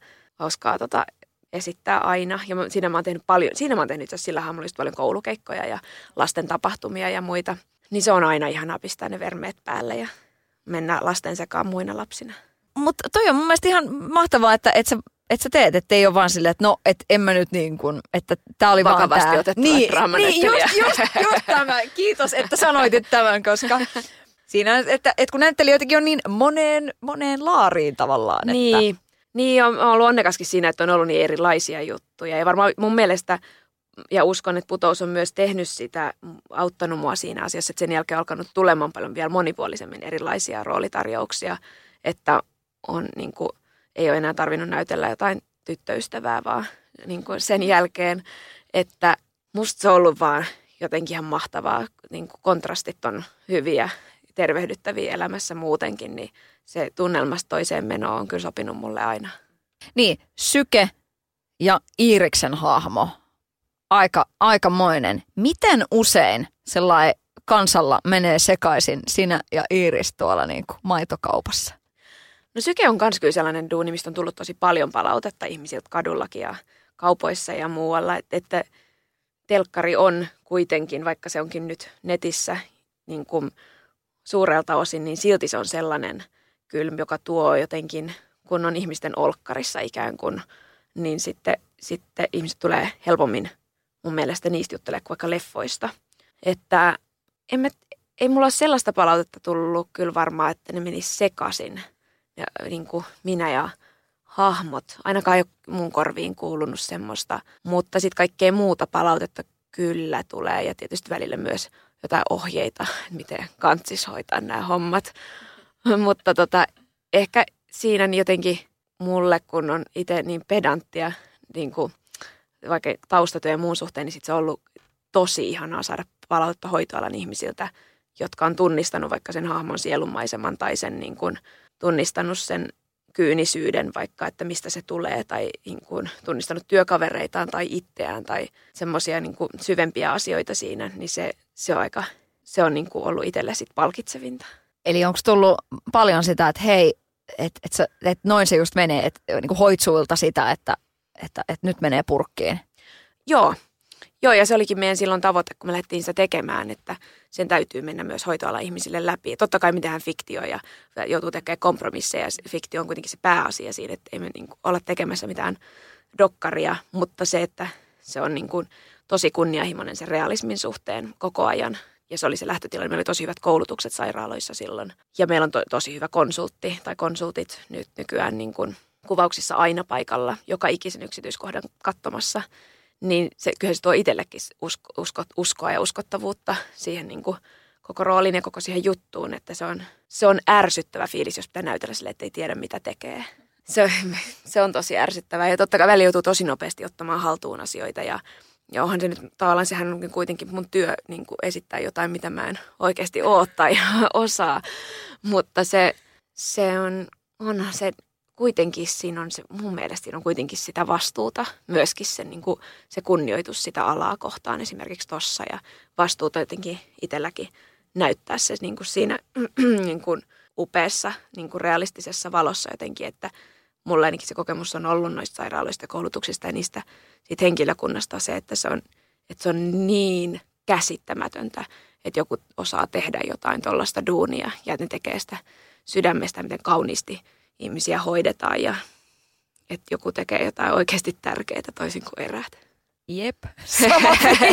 Speaker 3: esittää aina. Ja siinä mä oon tehnyt itse asiassa sillä hahmolla paljon koulukeikkoja ja lasten tapahtumia ja muita. Niin se on aina ihanaa pistää ne vermeet päälle ja mennä lasten sekaan muina lapsina.
Speaker 2: Mutta toi on mun mielestä ihan mahtavaa, että sä teet, että ei ole vaan silleen, että no, et en mä nyt niin kuin, että tää oli
Speaker 3: vakavasti
Speaker 2: vaan tää.
Speaker 3: Vakavasti draamanäyttelijä.
Speaker 2: Just tämä. Kiitos, että sanoitit tämän, koska siinä, että kun näyttelijöitäkin on niin moneen laariin tavallaan.
Speaker 3: Niin, on ollut onnekaskin siinä, että on ollut niin erilaisia juttuja. Ja varmaan mun mielestä, ja uskon, että Putous on myös tehnyt sitä, auttanut mua siinä asiassa, että sen jälkeen on alkanut tulemaan paljon vielä monipuolisemmin erilaisia roolitarjouksia, että on niin kuin, ei ole enää tarvinnut näytellä jotain tyttöystävää, vaan niin kuin sen jälkeen, että musta se on ollut vaan jotenkin ihan mahtavaa, niin kuin kontrastit on hyviä, tervehdyttäviä elämässä muutenkin, niin se tunnelmasta toiseen meno on kyllä sopinut mulle aina.
Speaker 2: Niin, Syke ja Iiriksen hahmo, aikamoinen. Miten usein sellainen kansalla menee sekaisin sinä ja Iiris tuolla niin kuin maitokaupassa?
Speaker 3: No Syke on myös kyllä sellainen duuni, mistä on tullut tosi paljon palautetta ihmisiltä kadullakin ja kaupoissa ja muualla, että telkkari on kuitenkin, vaikka se onkin nyt netissä niin kuin suurelta osin, niin silti se on sellainen kyllä, joka tuo jotenkin, kun on ihmisten olkkarissa ikään kuin, niin sitten ihmiset tulee helpommin mun mielestä niistä juttelemaan kuin vaikka leffoista. Että ei mulla ole sellaista palautetta tullut kyllä varmaan, että ne menisi sekaisin. Ja niin kuin minä ja hahmot. Ainakaan ei ole mun korviin kuulunut semmoista, mutta sitten kaikkea muuta palautetta kyllä tulee. Ja tietysti välillä myös jotain ohjeita, miten kantsis hoitaa nämä hommat. Mutta ehkä siinä jotenkin mulle, kun on itse niin pedanttia, niin kuin vaikka taustatyö ja muun suhteen, niin sit se on ollut tosi ihanaa saada palautetta hoitoalan ihmisiltä, jotka on tunnistanut vaikka sen hahmon sielunmaiseman tai sen niin kuin tunnistanut sen kyynisyyden vaikka, että mistä se tulee tai niin kuin tunnistanut työkavereitaan tai itseään tai semmoisia niin kuin syvempiä asioita siinä, niin se on niin kuin ollut itselle sit palkitsevinta.
Speaker 2: Eli onko tullut paljon sitä, että hei, että noin se just menee, että niin kuin hoitsuilta sitä, että nyt menee purkkiin?
Speaker 3: Joo, ja se olikin meidän silloin tavoite, kun me lähdettiin sitä tekemään, että sen täytyy mennä myös hoitoalan ihmisille läpi. Totta kai me tehdään fiktio ja joutuu tekemään kompromisseja ja fiktio on kuitenkin se pääasia siinä, että ei me niin kuin olla tekemässä mitään dokkaria, mutta se, että se on niin kuin tosi kunnianhimoinen sen realismin suhteen koko ajan. Ja se oli se lähtötilanne. Meillä oli tosi hyvät koulutukset sairaaloissa silloin. Ja meillä on tosi hyvä konsultti tai konsultit nyt nykyään niin kuin kuvauksissa aina paikalla, joka ikisen yksityiskohdan katsomassa. Niin kyllä se tuo itsellekin uskoa ja uskottavuutta siihen niin kuin koko rooliin ja koko siihen juttuun. Että se on ärsyttävä fiilis, jos pitää näytellä sille, että ei tiedä mitä tekee. Se on tosi ärsyttävää ja totta kai välillä joutuu tosi nopeasti ottamaan haltuun asioita ja onhan se nyt tavallaan, sehän on kuitenkin mun työ niin kuin esittää jotain, mitä mä en oikeasti oo tai osaa, mutta onhan se kuitenkin siinä on se, mun mielestä siinä on kuitenkin sitä vastuuta, myöskin se, niin kuin, se kunnioitus sitä alaa kohtaan esimerkiksi tossa ja vastuuta jotenkin itselläkin näyttää se niin kuin siinä niin kuin upeassa, niin kuin realistisessa valossa jotenkin, että mulla ainakin se kokemus on ollut noista sairaaloista ja koulutuksista ja niistä siitä henkilökunnasta se, että se on niin käsittämätöntä, että joku osaa tehdä jotain tuollaista duunia ja että ne tekee sitä sydämestä, miten kauniisti ihmisiä hoidetaan ja että joku tekee jotain oikeasti tärkeää toisin kuin eräät.
Speaker 2: Jep, sama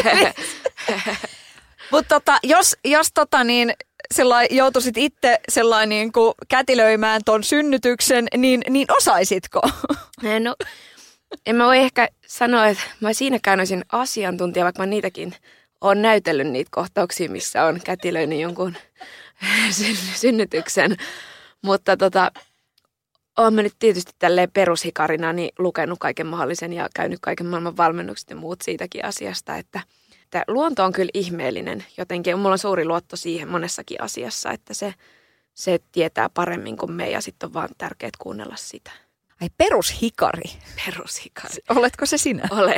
Speaker 2: Mutta jos niin joutuisit itse sellainen niin kuin kätilöimään ton synnytyksen, niin osaisitko?
Speaker 3: No, en mä voi ehkä sanoa, että mä siinäkään olisin asiantuntija, vaikka mä niitäkin olen näytellyt niitä kohtauksia, missä on kätilöinyt jonkun synnytyksen. Mutta Olen mä nyt tietysti tälleen perushikarina niin lukenut kaiken mahdollisen ja käynyt kaiken maailman valmennukset ja muut siitäkin asiasta, että luonto on kyllä ihmeellinen jotenkin. Mulla on suuri luotto siihen monessakin asiassa, että se tietää paremmin kuin me ja sitten on vaan tärkeää kuunnella sitä.
Speaker 2: Ai perushikari.
Speaker 3: Perushikari.
Speaker 2: Oletko se sinä?
Speaker 3: Olen.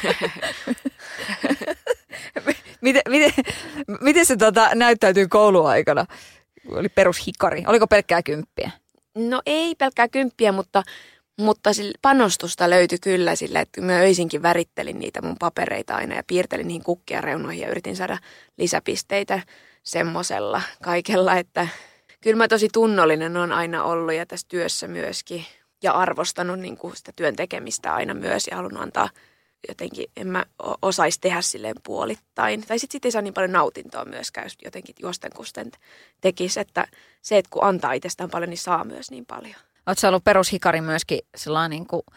Speaker 2: Miten se näyttäytyy kouluaikana? Oli perushikari. Oliko pelkkää 10?
Speaker 3: No ei pelkkää 10, mutta panostusta löytyi kyllä sillä, että mä öisinkin värittelin niitä mun papereita aina ja piirtelin niihin kukkia reunoihin ja yritin saada lisäpisteitä semmosella kaikella, että kyllä mä tosi tunnollinen on aina ollut ja tässä työssä myöskin ja arvostanut niin kuin sitä työn tekemistä aina myös ja halunnut antaa jotenkin, en mä osaisi tehdä silleen puolittain. Tai sitten ei saa niin paljon nautintoa myöskään, jos jotenkin juostenkusten tekisi, että se, että kun antaa itsestään paljon, niin saa myös niin paljon.
Speaker 2: Oletko ollut perushikari myöskin sellainen, kun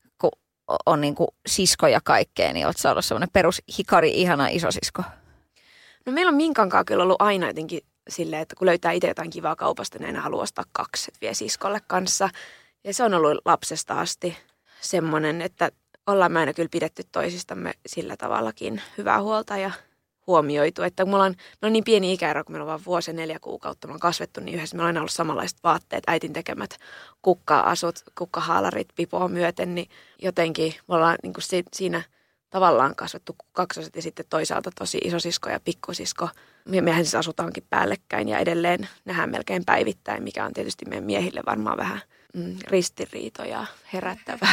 Speaker 2: on niin kuin sisko ja kaikkea, niin oletko ollut sellainen perushikari, ihana isosisko?
Speaker 3: No meillä on Minkankaan kyllä ollut aina jotenkin silleen, että kun löytää itse jotain kivaa kaupasta, niin aina haluaa ostaa 2, että vie siskolle kanssa. Ja se on ollut lapsesta asti semmoinen, että ollaan me aina kyllä pidetty toisistamme sillä tavallakin hyvää huolta ja huomioitu. Että mulla on niin pieni ikäero, kun meillä on vaan vuosi ja 4 kuukautta, me on kasvettu niin yhdessä. Meillä on aina ollut samanlaiset vaatteet, äitin tekemät kukka-asut, kukkahaalarit pipoa myöten, niin jotenkin me ollaan niin kuin siinä tavallaan kasvettu kaksoset ja sitten toisaalta tosi isosisko ja pikkusisko. Mehän siis asutaankin päällekkäin ja edelleen nähdään melkein päivittäin, mikä on tietysti meidän miehille varmaan vähän ristiriitoja herättävä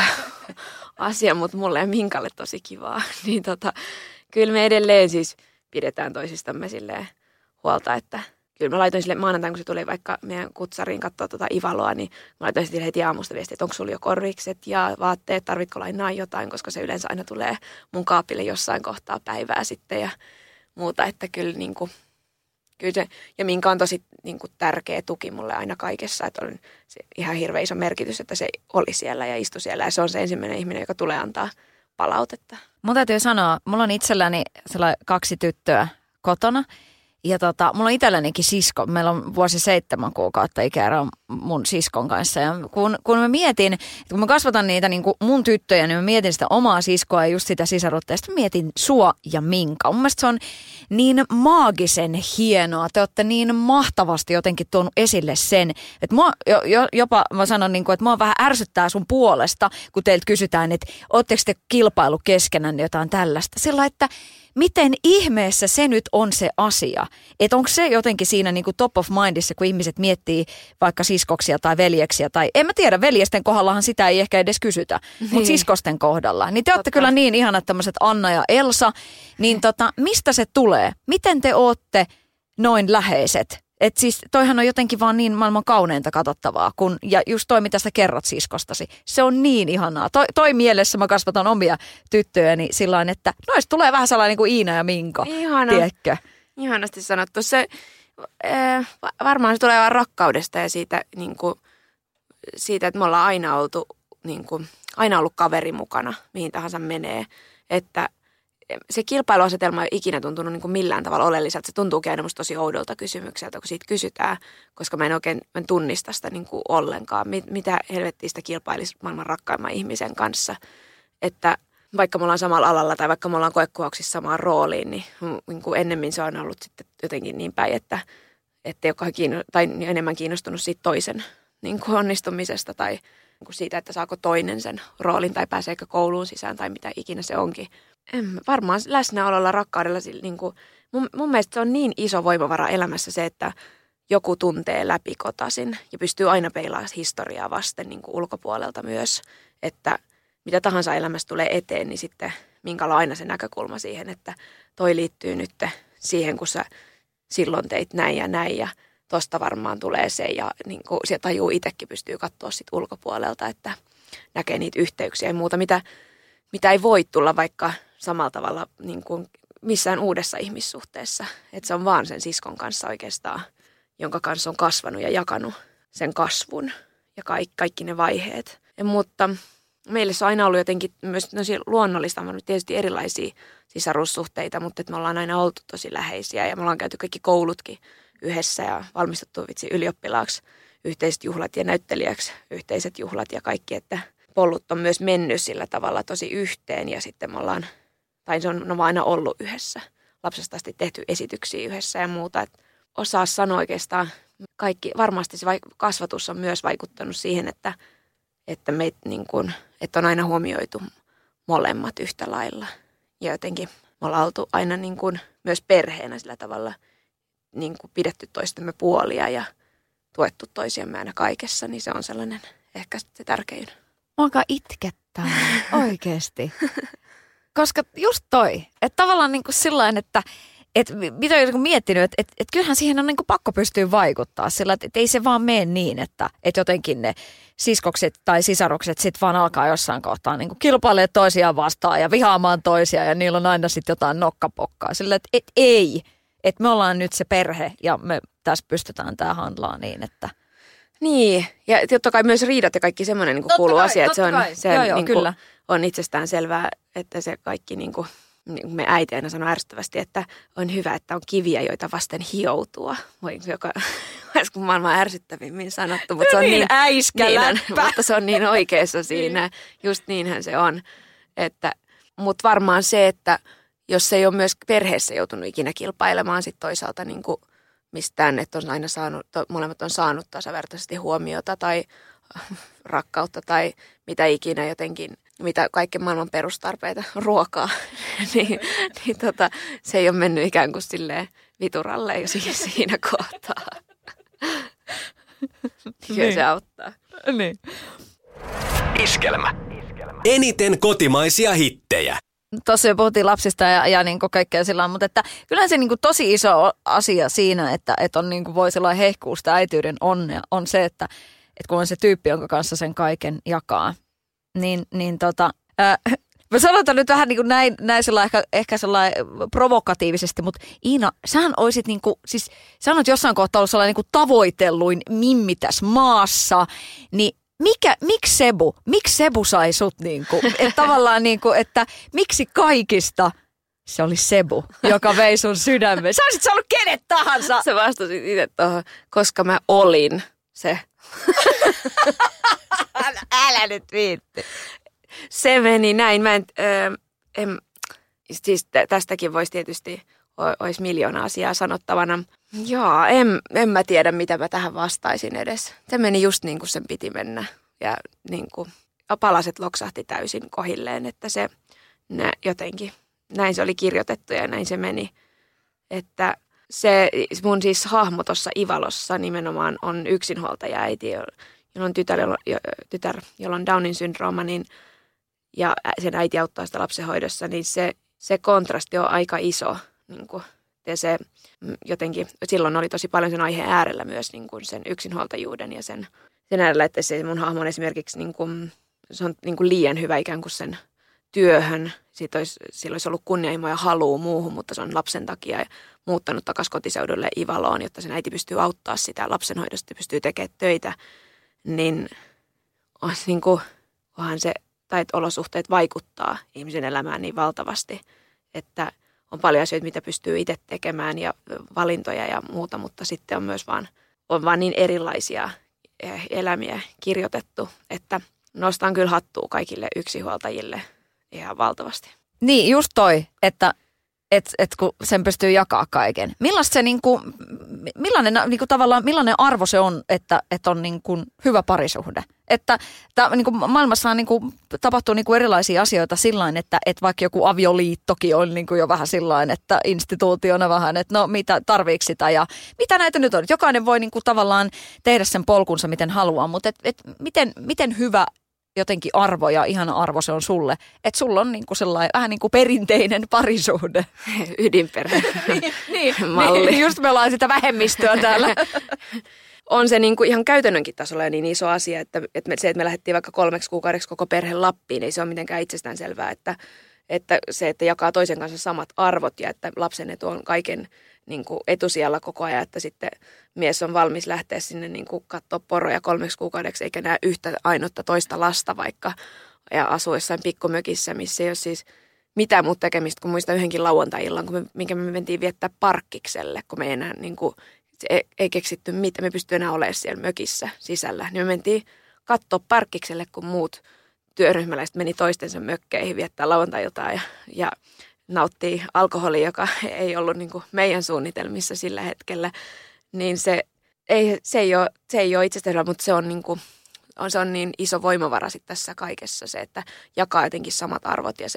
Speaker 3: asia, mutta mulle ja Minkalle tosi kivaa. Niin kyllä me edelleen siis pidetään toisistamme silleen huolta, että kyllä mä laitoin sille maanantaina, kun se tuli vaikka meidän kutsariin katsoa Ivaloa, niin mä laitoin sille heti aamusta viestiä, että onko sulla jo korvikset ja vaatteet, tarvitko lainaa jotain, koska se yleensä aina tulee mun kaapille jossain kohtaa päivää sitten ja muuta, että kyllä niinku kyllä se, ja Minka on tosi niin kuin, tärkeä tuki mulle aina kaikessa, että on se ihan hirveän iso merkitys, että se oli siellä ja istui siellä. Ja se on se ensimmäinen ihminen, joka tulee antaa palautetta.
Speaker 2: Mun täytyy sanoa, mulla on itselläni 2 tyttöä kotona. Ja mulla on itsellänikin sisko. Meillä on vuosi 7 kuukautta ikäero mun siskon kanssa. Ja kun mä mietin, että kun mä kasvatan niitä niin kuin mun tyttöjä, niin mä mietin sitä omaa siskoa ja just sitä sisarutta. Ja sitten mä mietin sua ja Minka. Mun mielestä se on niin maagisen hienoa. Te olette niin mahtavasti jotenkin tuonut esille sen, että jopa mä sanon, niin kuin, että mua vähän ärsyttää sun puolesta, kun teiltä kysytään, että ootteko te kilpailu keskenään jotain tällaista. Sillä että miten ihmeessä se nyt on se asia? Että onko se jotenkin siinä niin kuin top of mindissa, kun ihmiset miettii vaikka siskoksia tai veljeksiä tai en mä tiedä, veljesten kohdallahan sitä ei ehkä edes kysytä, mutta siskosten kohdalla. Niin te olette kyllä niin ihanat tämmöiset Anna ja Elsa, niin mistä se tulee? Miten te ootte noin läheiset? Että siis toihan on jotenkin vaan niin maailman kauneinta katsottavaa, ja just toi mitä sä kerrot siskostasi, se on niin ihanaa. Toi mielessä mä kasvatan omia tyttöjäni sillain, että noista tulee vähän sellainen niin kuin Iina ja Minka, tiedätkö?
Speaker 3: Ihanasti sanottu. Se, varmaan se tulee vaan rakkaudesta ja siitä, niin kuin, siitä että me ollaan aina oltu, niin kuin, aina ollut kaveri mukana, mihin tahansa menee, että se kilpailuasetelma ei ole ikinä tuntunut niin kuin millään tavalla oleelliselta. Se tuntuukin aina musta tosi oudolta kysymykseltä, kun siitä kysytään, koska mä en oikein tunnista sitä niin kuin ollenkaan. Mitä helvettiä sitä kilpailisi maailman rakkaimman ihmisen kanssa. Että vaikka me ollaan samalla alalla tai vaikka me ollaan koekuvauksissa samaan rooliin, niin kuin ennemmin se on ollut sitten jotenkin niin päin, että jokainen tai enemmän kiinnostunut siitä toisen niin kuin onnistumisesta tai niin kuin siitä, että saako toinen sen roolin tai pääseekö kouluun sisään tai mitä ikinä se onkin. Varmaan läsnäololla, rakkaudella, niin kuin, mun mielestä se on niin iso voimavara elämässä se, että joku tuntee läpikotaisin ja pystyy aina peilaamaan historiaa vasten niin kuin ulkopuolelta myös, että mitä tahansa elämässä tulee eteen, niin sitten minkälainen aina se näkökulma siihen, että toi liittyy nyt siihen, kun sä silloin teit näin ja tosta varmaan tulee se ja niin kuin se tajuu itsekin pystyy katsoa sit ulkopuolelta, että näkee niitä yhteyksiä ja muuta, mitä ei voi tulla vaikka samalla tavalla niin kuin missään uudessa ihmissuhteessa. Että se on vaan sen siskon kanssa oikeastaan, jonka kanssa on kasvanut ja jakanut sen kasvun ja kaikki ne vaiheet. Mutta meille se on aina ollut jotenkin myös luonnollista, on tietysti erilaisia sisarussuhteita, mutta me ollaan aina oltu tosi läheisiä ja me ollaan käyty kaikki koulutkin yhdessä ja valmistuttu ylioppilaaksi yhteiset juhlat ja näyttelijäksi yhteiset juhlat ja kaikki, että polut on myös mennyt sillä tavalla tosi yhteen ja sitten me ollaan, tai se on aina ollut yhdessä, lapsesta asti tehty esityksiä yhdessä ja muuta, että osaa sanoa oikeastaan kaikki, varmasti se kasvatus on myös vaikuttanut siihen, että meitä niin kuin, että on aina huomioitu molemmat yhtä lailla ja jotenkin me ollaan oltu aina niin kuin myös perheenä sillä tavalla niin kuin pidetty toistemme puolia ja tuettu toisiamme aina kaikessa, niin se on sellainen ehkä se tärkein.
Speaker 2: Mua alkaa itkettää oikeasti. Koska just toi, että tavallaan niin kuin sillain, että mitä olen miettinyt, että kyllähän siihen on niin kuin pakko pystyä vaikuttaa sillä, että ei se vaan mene niin, että jotenkin ne siskokset tai sisarukset sitten vaan alkaa jossain kohtaa niin kuin kilpailemaan toisiaan vastaan ja vihaamaan toisiaan ja niillä on aina sitten jotain nokkapokkaa. Sillä, että ei, että me ollaan nyt se perhe ja me tässä pystytään tämä handlaa niin, että...
Speaker 3: Niin, ja totta kai myös riidat ja kaikki semmoinen niin kuuluu asia, että se
Speaker 2: joo,
Speaker 3: niin
Speaker 2: kyllä.
Speaker 3: On itsestään selvää, että se kaikki niin kuin me äiti aina sanoo ärsyttävästi, että on hyvä, että on kiviä, joita vasten hioutua. Joka kun maailman ärsyttävimmin sanottu, mutta se on niin äiskäläppä. Mutta se on niin oikeassa siinä. Just niinhän se on. Mutta varmaan se, että jos ei ole myös perheessä joutunut ikinä kilpailemaan sit toisaalta niin kuin mistään, että on aina saanut, molemmat on saanut tasavertaisesti huomiota tai rakkautta tai mitä ikinä jotenkin, mitä kaiken maailman perustarpeita, ruokaa, niin se ei ole mennyt ikään kuin silleen vituralle jo siinä kohtaa. Kyllä se auttaa.
Speaker 2: Niin.
Speaker 1: Iskelmä. Eniten kotimaisia hittejä.
Speaker 2: Tuossa jo puhuttiin lapsista ja niin kuin kaikkea sillä mutta että kyllähän se niin kuin tosi iso asia siinä, että on niin kuin voi sellainen hehkuu sitä äityyden onnea, on se, että kun on se tyyppi, jonka kanssa sen kaiken jakaa. Mä sanotaan nyt vähän niin kuin näin ehkä sellainen provokatiivisesti, mutta Iina, sähän olisit niin kuin, siis sä olet jossain kohtaa ollut sellainen niin kuin tavoitelluin mimmi tässä maassa, niin miksi Sebu sai sut niinku, että tavallaan niinku, että miksi kaikista se oli Sebu, joka vei sun sydämen. Sä olisit saanut kenet tahansa.
Speaker 3: Sä vastasit itse tuohon, koska mä olin se.
Speaker 2: Älä nyt viitti.
Speaker 3: Se meni näin. Siis tästäkin voisi tietysti, olisi miljoona asiaa sanottavana. Joo, en mä tiedä, mitä mä tähän vastaisin edes. Se meni just niin kuin sen piti mennä. Ja niin kuin palaset loksahti täysin kohilleen, että se jotenkin, näin se oli kirjoitettu ja näin se meni. Että se mun siis hahmo tuossa Ivalossa nimenomaan on yksinhuoltaja-äiti, jolla on tytär, jolla on Downin syndrooma, niin, ja sen äiti auttaa sitä lapsenhoidossa, niin se kontrasti on aika iso. Niin kuin, ja se jotenkin, silloin oli tosi paljon sen aiheen äärellä myös niin kuin sen yksinhuoltajuuden ja sen äärellä, että se mun hahmon esimerkiksi niin kuin, se on niin kuin liian hyvä ikään kuin sen työhön. Sillä olisi ollut kunnianhimo ja haluu muuhun, mutta se on lapsen takia muuttanut takaisin kotiseudulle Ivaloon, jotta sen äiti pystyy auttaa sitä lapsenhoidosta ja pystyy tekemään töitä. Niin, niin kuin, onhan se, tai olosuhteet vaikuttaa ihmisen elämään niin valtavasti, että on paljon asioita, mitä pystyy itse tekemään ja valintoja ja muuta, mutta sitten on myös vaan niin erilaisia elämiä kirjoitettu, että nostan kyllä hattua kaikille yksinhuoltajille ihan valtavasti.
Speaker 2: Niin, just toi, että kun sen pystyy jakaa kaiken. Millaista se millainen arvo se on, että on niin kuin hyvä parisuhde? Että niin kuin maailmassa niin kuin tapahtuu niin kuin erilaisia asioita sillain, että vaikka joku avioliittokin on niin kuin jo vähän sillain, että instituutiona vähän, että no mitä tarviiko sitä ja mitä näitä nyt on. Jokainen voi niin kuin tavallaan tehdä sen polkunsa miten haluaa, mutta miten hyvä jotenkin arvo ja ihana arvo se on sulle, että sulla on niinku sellainen vähän niin kuin perinteinen parisuhde.
Speaker 3: Ydinperhe malli.
Speaker 2: Niin, just me ollaan sitä vähemmistöä täällä.
Speaker 3: On se niinku ihan käytännönkin tasolla niin iso asia, että me lähdettiin vaikka 3 kuukaudeksi koko perhe Lappiin, ei se ole mitenkään itsestäänselvää, että jakaa toisen kanssa samat arvot ja että lapsen etu on kaiken niin kuin etusijalla koko ajan, että sitten mies on valmis lähteä sinne niin kuin katsoa poroja 3 kuukaudeksi, eikä näe yhtä ainutta toista lasta vaikka, ja asuu jossain pikkumökissä, missä ei ole siis mitään muuta tekemistä kuin muista yhdenkin lauantai-illan, minkä me mentiin viettää parkkikselle, kun me ei enää niin kuin ei keksitty mitään. Me pystyi enää olemaan siellä mökissä sisällä. Niin me mentiin katsoa parkkikselle, kun muut työryhmäläiset meni toistensa mökkeihin viettää lauantai-iltaa ja nauttii alkoholia, joka ei ollut niin kuin meidän suunnitelmissa sillä hetkellä. Niin se ei ole itsestään, mutta se on niin kuin, se on niin iso voimavara sitten tässä kaikessa se, että jakaa jotenkin samat arvot ja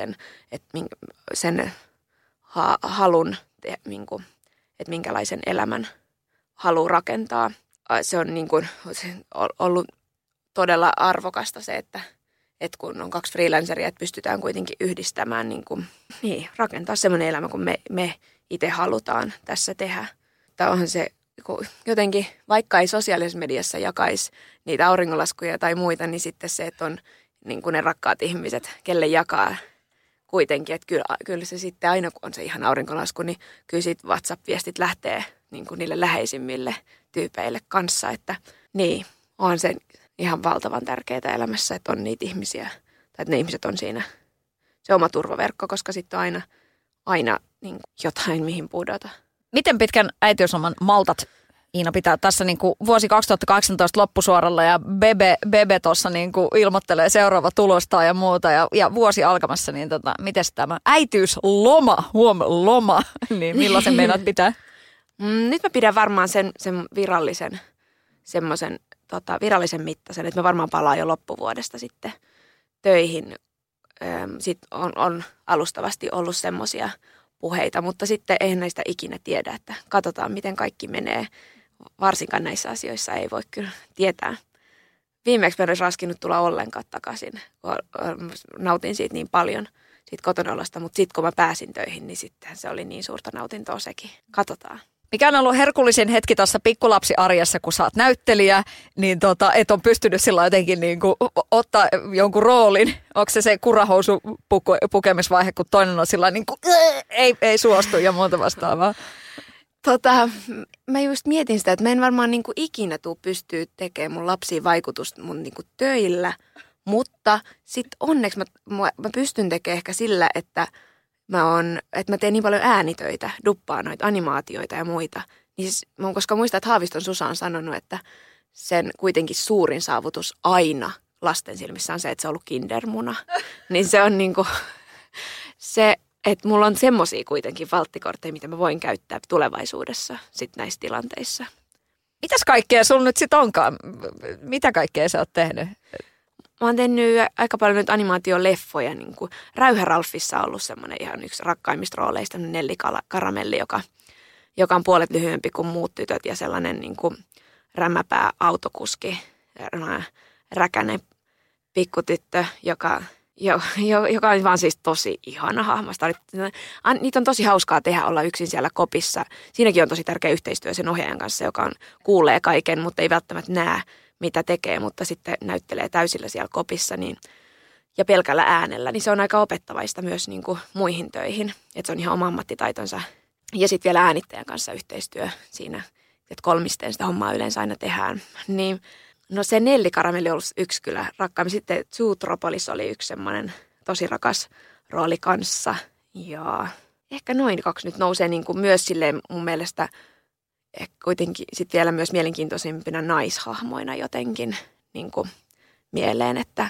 Speaker 3: sen halun, että minkälaisen elämän haluaa rakentaa. Se on niin kuin, ollut todella arvokasta se, että kun on 2 freelanceria, että pystytään kuitenkin yhdistämään, rakentaa semmoinen elämä, kun me itse halutaan tässä tehdä. Tämä onhan se jotenkin, vaikka ei sosiaalisessa mediassa jakaisi niitä auringonlaskuja tai muita, niin sitten se, että on niin kuin ne rakkaat ihmiset, kelle jakaa kuitenkin. Että kyllä se sitten aina, kun on se ihan aurinkolasku, niin kyllä siitä WhatsApp-viestit lähtee niin kuin niille läheisimmille tyypeille kanssa. Että niin, on se ihan valtavan tärkeää elämässä, että on niitä ihmisiä, tai että ne ihmiset on siinä se oma turvaverkko, koska sitten on aina niin jotain, mihin pudota.
Speaker 2: Miten pitkän äitiysloman maltat, Iina, pitää tässä niin kuin vuosi 2018 loppusuoralla ja Bebe tuossa niin kuin ilmoittelee seuraava tulosta ja muuta ja vuosi alkamassa, niin miten tämä äitiysloma, loma, niin millaisen meinaat pitää?
Speaker 3: Nyt mä pidän varmaan sen virallisen, semmoisen virallisen mittaisen, että mä varmaan palaan jo loppuvuodesta sitten töihin. Sitten on alustavasti ollut semmoisia puheita, mutta sitten eihän näistä ikinä tiedä, että katsotaan miten kaikki menee. Varsinkaan näissä asioissa ei voi kyllä tietää. Viimeksi mä en olisi raskinut tulla ollenkaan takaisin, kun nautin siitä niin paljon, siitä kotonolosta, mutta sitten kun mä pääsin töihin, niin sitten se oli niin suurta nautintoa sekin. Katsotaan.
Speaker 2: Mikä on ollut herkullisin hetki tuossa pikkulapsiarjessa, kun sä oot näyttelijä, niin et on pystynyt sillä jotenkin niin kuin ottaa jonkun roolin. Onko se kurahousu pukemisvaihe, kun toinen on sillä niin kuin ei suostu ja muuta vastaavaa?
Speaker 3: Mä just mietin sitä, että mä en varmaan niin kuin ikinä tule pystyä tekemään mun lapsiin vaikutusta mun niin kuin töillä, mutta sitten onneksi mä pystyn tekemään ehkä sillä, että mä teen niin paljon äänitöitä, duppaan noita animaatioita ja muita. Niin siis, koska muistan, että Haaviston Susa on sanonut, että sen kuitenkin suurin saavutus aina lasten silmissä on se, että se on ollut kindermuna. Niin se on niinku se, että mulla on semmosia kuitenkin valttikortteja, mitä mä voin käyttää tulevaisuudessa sit näissä tilanteissa.
Speaker 2: Mitäs kaikkea sulla nyt sit onkaan? Mitä kaikkea sä oot tehnyt?
Speaker 3: Mä oon tehnyt aika paljon nyt animaatioleffoja, niin kuin Räyhä Ralfissa on ollut semmoinen ihan yksi rakkaimmista rooleista, Nelli Karamelli, joka on puolet lyhyempi kuin muut tytöt ja sellainen niin kuin rämäpää autokuski, räkäinen pikkutyttö, joka on vaan siis tosi ihana hahmo. Niitä on tosi hauskaa tehdä, olla yksin siellä kopissa. Siinäkin on tosi tärkeä yhteistyö sen ohjaajan kanssa, joka kuulee kaiken, mutta ei välttämättä näe, mitä tekee, mutta sitten näyttelee täysillä siellä kopissa ja pelkällä äänellä, niin se on aika opettavaista myös niin kuin muihin töihin, että se on ihan oma ammattitaitonsa. Ja sitten vielä äänittäjän kanssa yhteistyö siinä, että kolmisteen sitä hommaa yleensä aina tehdään. Niin, no se Nelli Karamelli on ollut yksi kyllä rakkaampi. Sitten Zootropolis oli yksi semmoinen tosi rakas rooli kanssa. Ja ehkä noin 2 nyt nousee niin kuin myös silleen mun mielestä kuitenkin sitten vielä myös mielenkiintoisimpina naishahmoina jotenkin niin kuin mieleen, että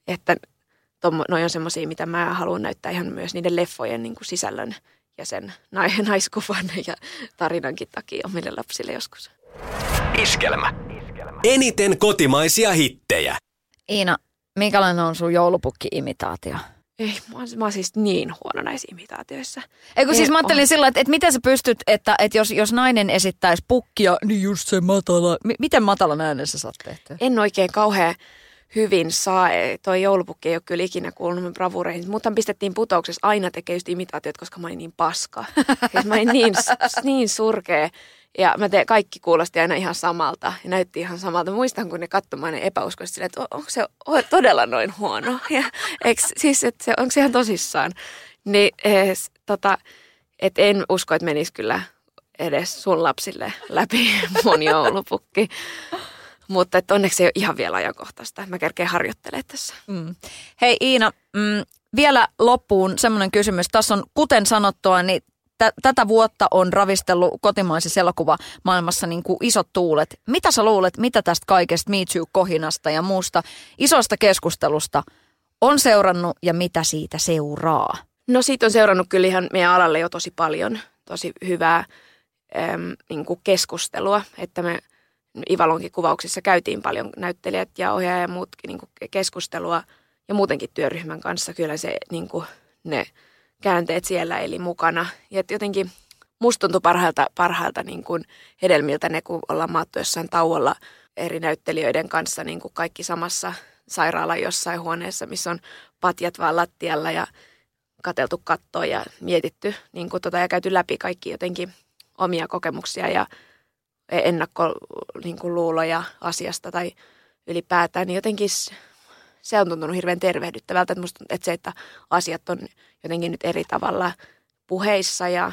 Speaker 3: noi on semmoisia, mitä mä haluan näyttää ihan myös niiden leffojen niin kuin sisällön ja sen naiskuvan ja tarinankin takia omille lapsille joskus.
Speaker 1: Iskelmä. Eniten kotimaisia hittejä.
Speaker 2: Iina, minkälainen on sun joulupukki-imitaatio?
Speaker 3: Ei, mä oon siis niin huono näissä imitaatioissa.
Speaker 2: Eikö siis mä ajattelin sillä, että miten sä pystyt, että jos nainen esittäisi pukkia, niin just se matala. Miten matalan äänen sä saat tehtyä? En
Speaker 3: oikein kauhean hyvin saa. Toi joulupukki ei ole kyllä ikinä kuulunut mun bravureihin. Mutta pistettiin putouksessa aina tekee just imitaatiot, koska mä olin niin paska. Mä olin niin surkea. Ja kaikki kuulosti aina ihan samalta ja näytti ihan samalta. Muistan, kun ne katsomaan ne epäuskoisesti silleen, että onko se todella noin huono? Ja onko se ihan tosissaan? Niin, et en usko, että menisi kyllä edes sun lapsille läpi mun joulupukki. Mutta onneksi se ei ole ihan vielä ajankohtaista. Mä kerkeen harjoittelemaan tässä.
Speaker 2: Hei Iina, vielä loppuun semmoinen kysymys. Tässä on, kuten sanottua, niin tätä vuotta on ravistellut kotimaisessa elokuvamaailmassa niin kuin isot tuulet. Mitä sä luulet, mitä tästä kaikesta Me Too-kohinasta ja muusta isosta keskustelusta on seurannut ja mitä siitä seuraa?
Speaker 3: No siitä on seurannut kyllä ihan meidän alalle jo tosi paljon, tosi hyvää niin kuin keskustelua, että me Ivalonkin kuvauksissa käytiin paljon näyttelijät ja ohjaaja ja muutkin niin kuin keskustelua ja muutenkin työryhmän kanssa kyllä se niin kuin ne käänteet siellä eli mukana. Ja jotenkin musta tuntui parhailta niin kuin hedelmiltä ne, kun ollaan maattu jossain tauolla eri näyttelijöiden kanssa niin kuin kaikki samassa sairaalan jossain huoneessa, missä on patjat vaan lattialla ja katseltu kattoa ja mietitty niin kuin ja käyty läpi kaikki jotenkin omia kokemuksia ja ennakkoluuloja asiasta tai ylipäätään, niin jotenkin se on tuntunut hirveän tervehdyttävältä, että musta, että se, että asiat on jotenkin nyt eri tavalla puheissa ja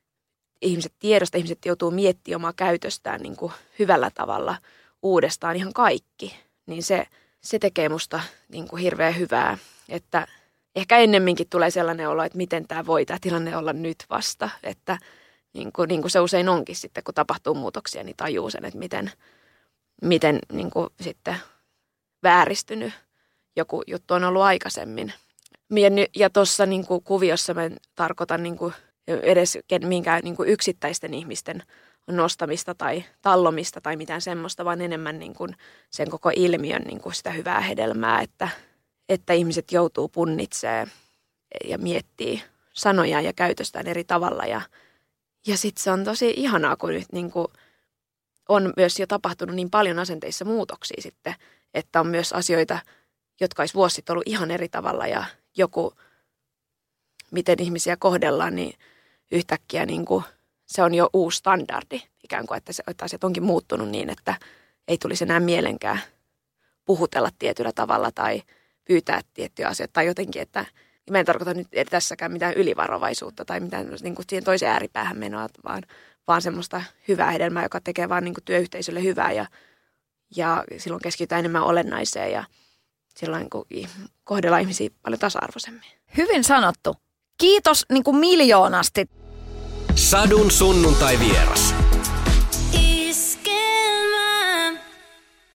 Speaker 3: ihmiset joutuu miettimään omaa käytöstään niin kuin hyvällä tavalla uudestaan ihan kaikki, niin se tekee musta niin kuin hirveän hyvää, että ehkä ennemminkin tulee sellainen olo, että miten tämä tilanne olla nyt vasta, että niin kuin se usein onkin sitten, kun tapahtuu muutoksia, niin tajuu sen, että miten niin kuin sitten vääristynyt joku juttu on ollut aikaisemmin. Ja tuossa niin kuin kuviossa mä en tarkoita niin kuin edes minkään niin kuin yksittäisten ihmisten nostamista tai tallomista tai mitään semmoista, vaan enemmän niin kuin sen koko ilmiön niin kuin sitä hyvää hedelmää, että ihmiset joutuu punnitsemaan ja miettii sanoja ja käytöstään eri tavalla. Ja sitten se on tosi ihanaa, kun nyt niin kuin on myös jo tapahtunut niin paljon asenteissa muutoksia sitten, että on myös asioita, jotka olisi vuosi sitten ollut ihan eri tavalla ja joku, miten ihmisiä kohdellaan, niin yhtäkkiä niin kuin se on jo uusi standardi ikään kuin, että asiat onkin muuttunut niin, että ei tulisi enää mielenkään puhutella tietyllä tavalla tai pyytää tiettyjä asioita tai jotenkin, että mä en tarkoita nyt tässäkään mitään ylivarovaisuutta tai mitään niin kuin siihen toiseen ääripäähän menoa, vaan semmoista hyvää hedelmää, joka tekee vaan niin kuin työyhteisölle hyvää ja silloin keskitytään enemmän olennaiseen ja silloin kun kohdellaan ihmisiä paljon tasa-arvoisemmin.
Speaker 2: Hyvin sanottu. Kiitos niin kuin miljoonasti.
Speaker 1: Sadun sunnuntai vieras.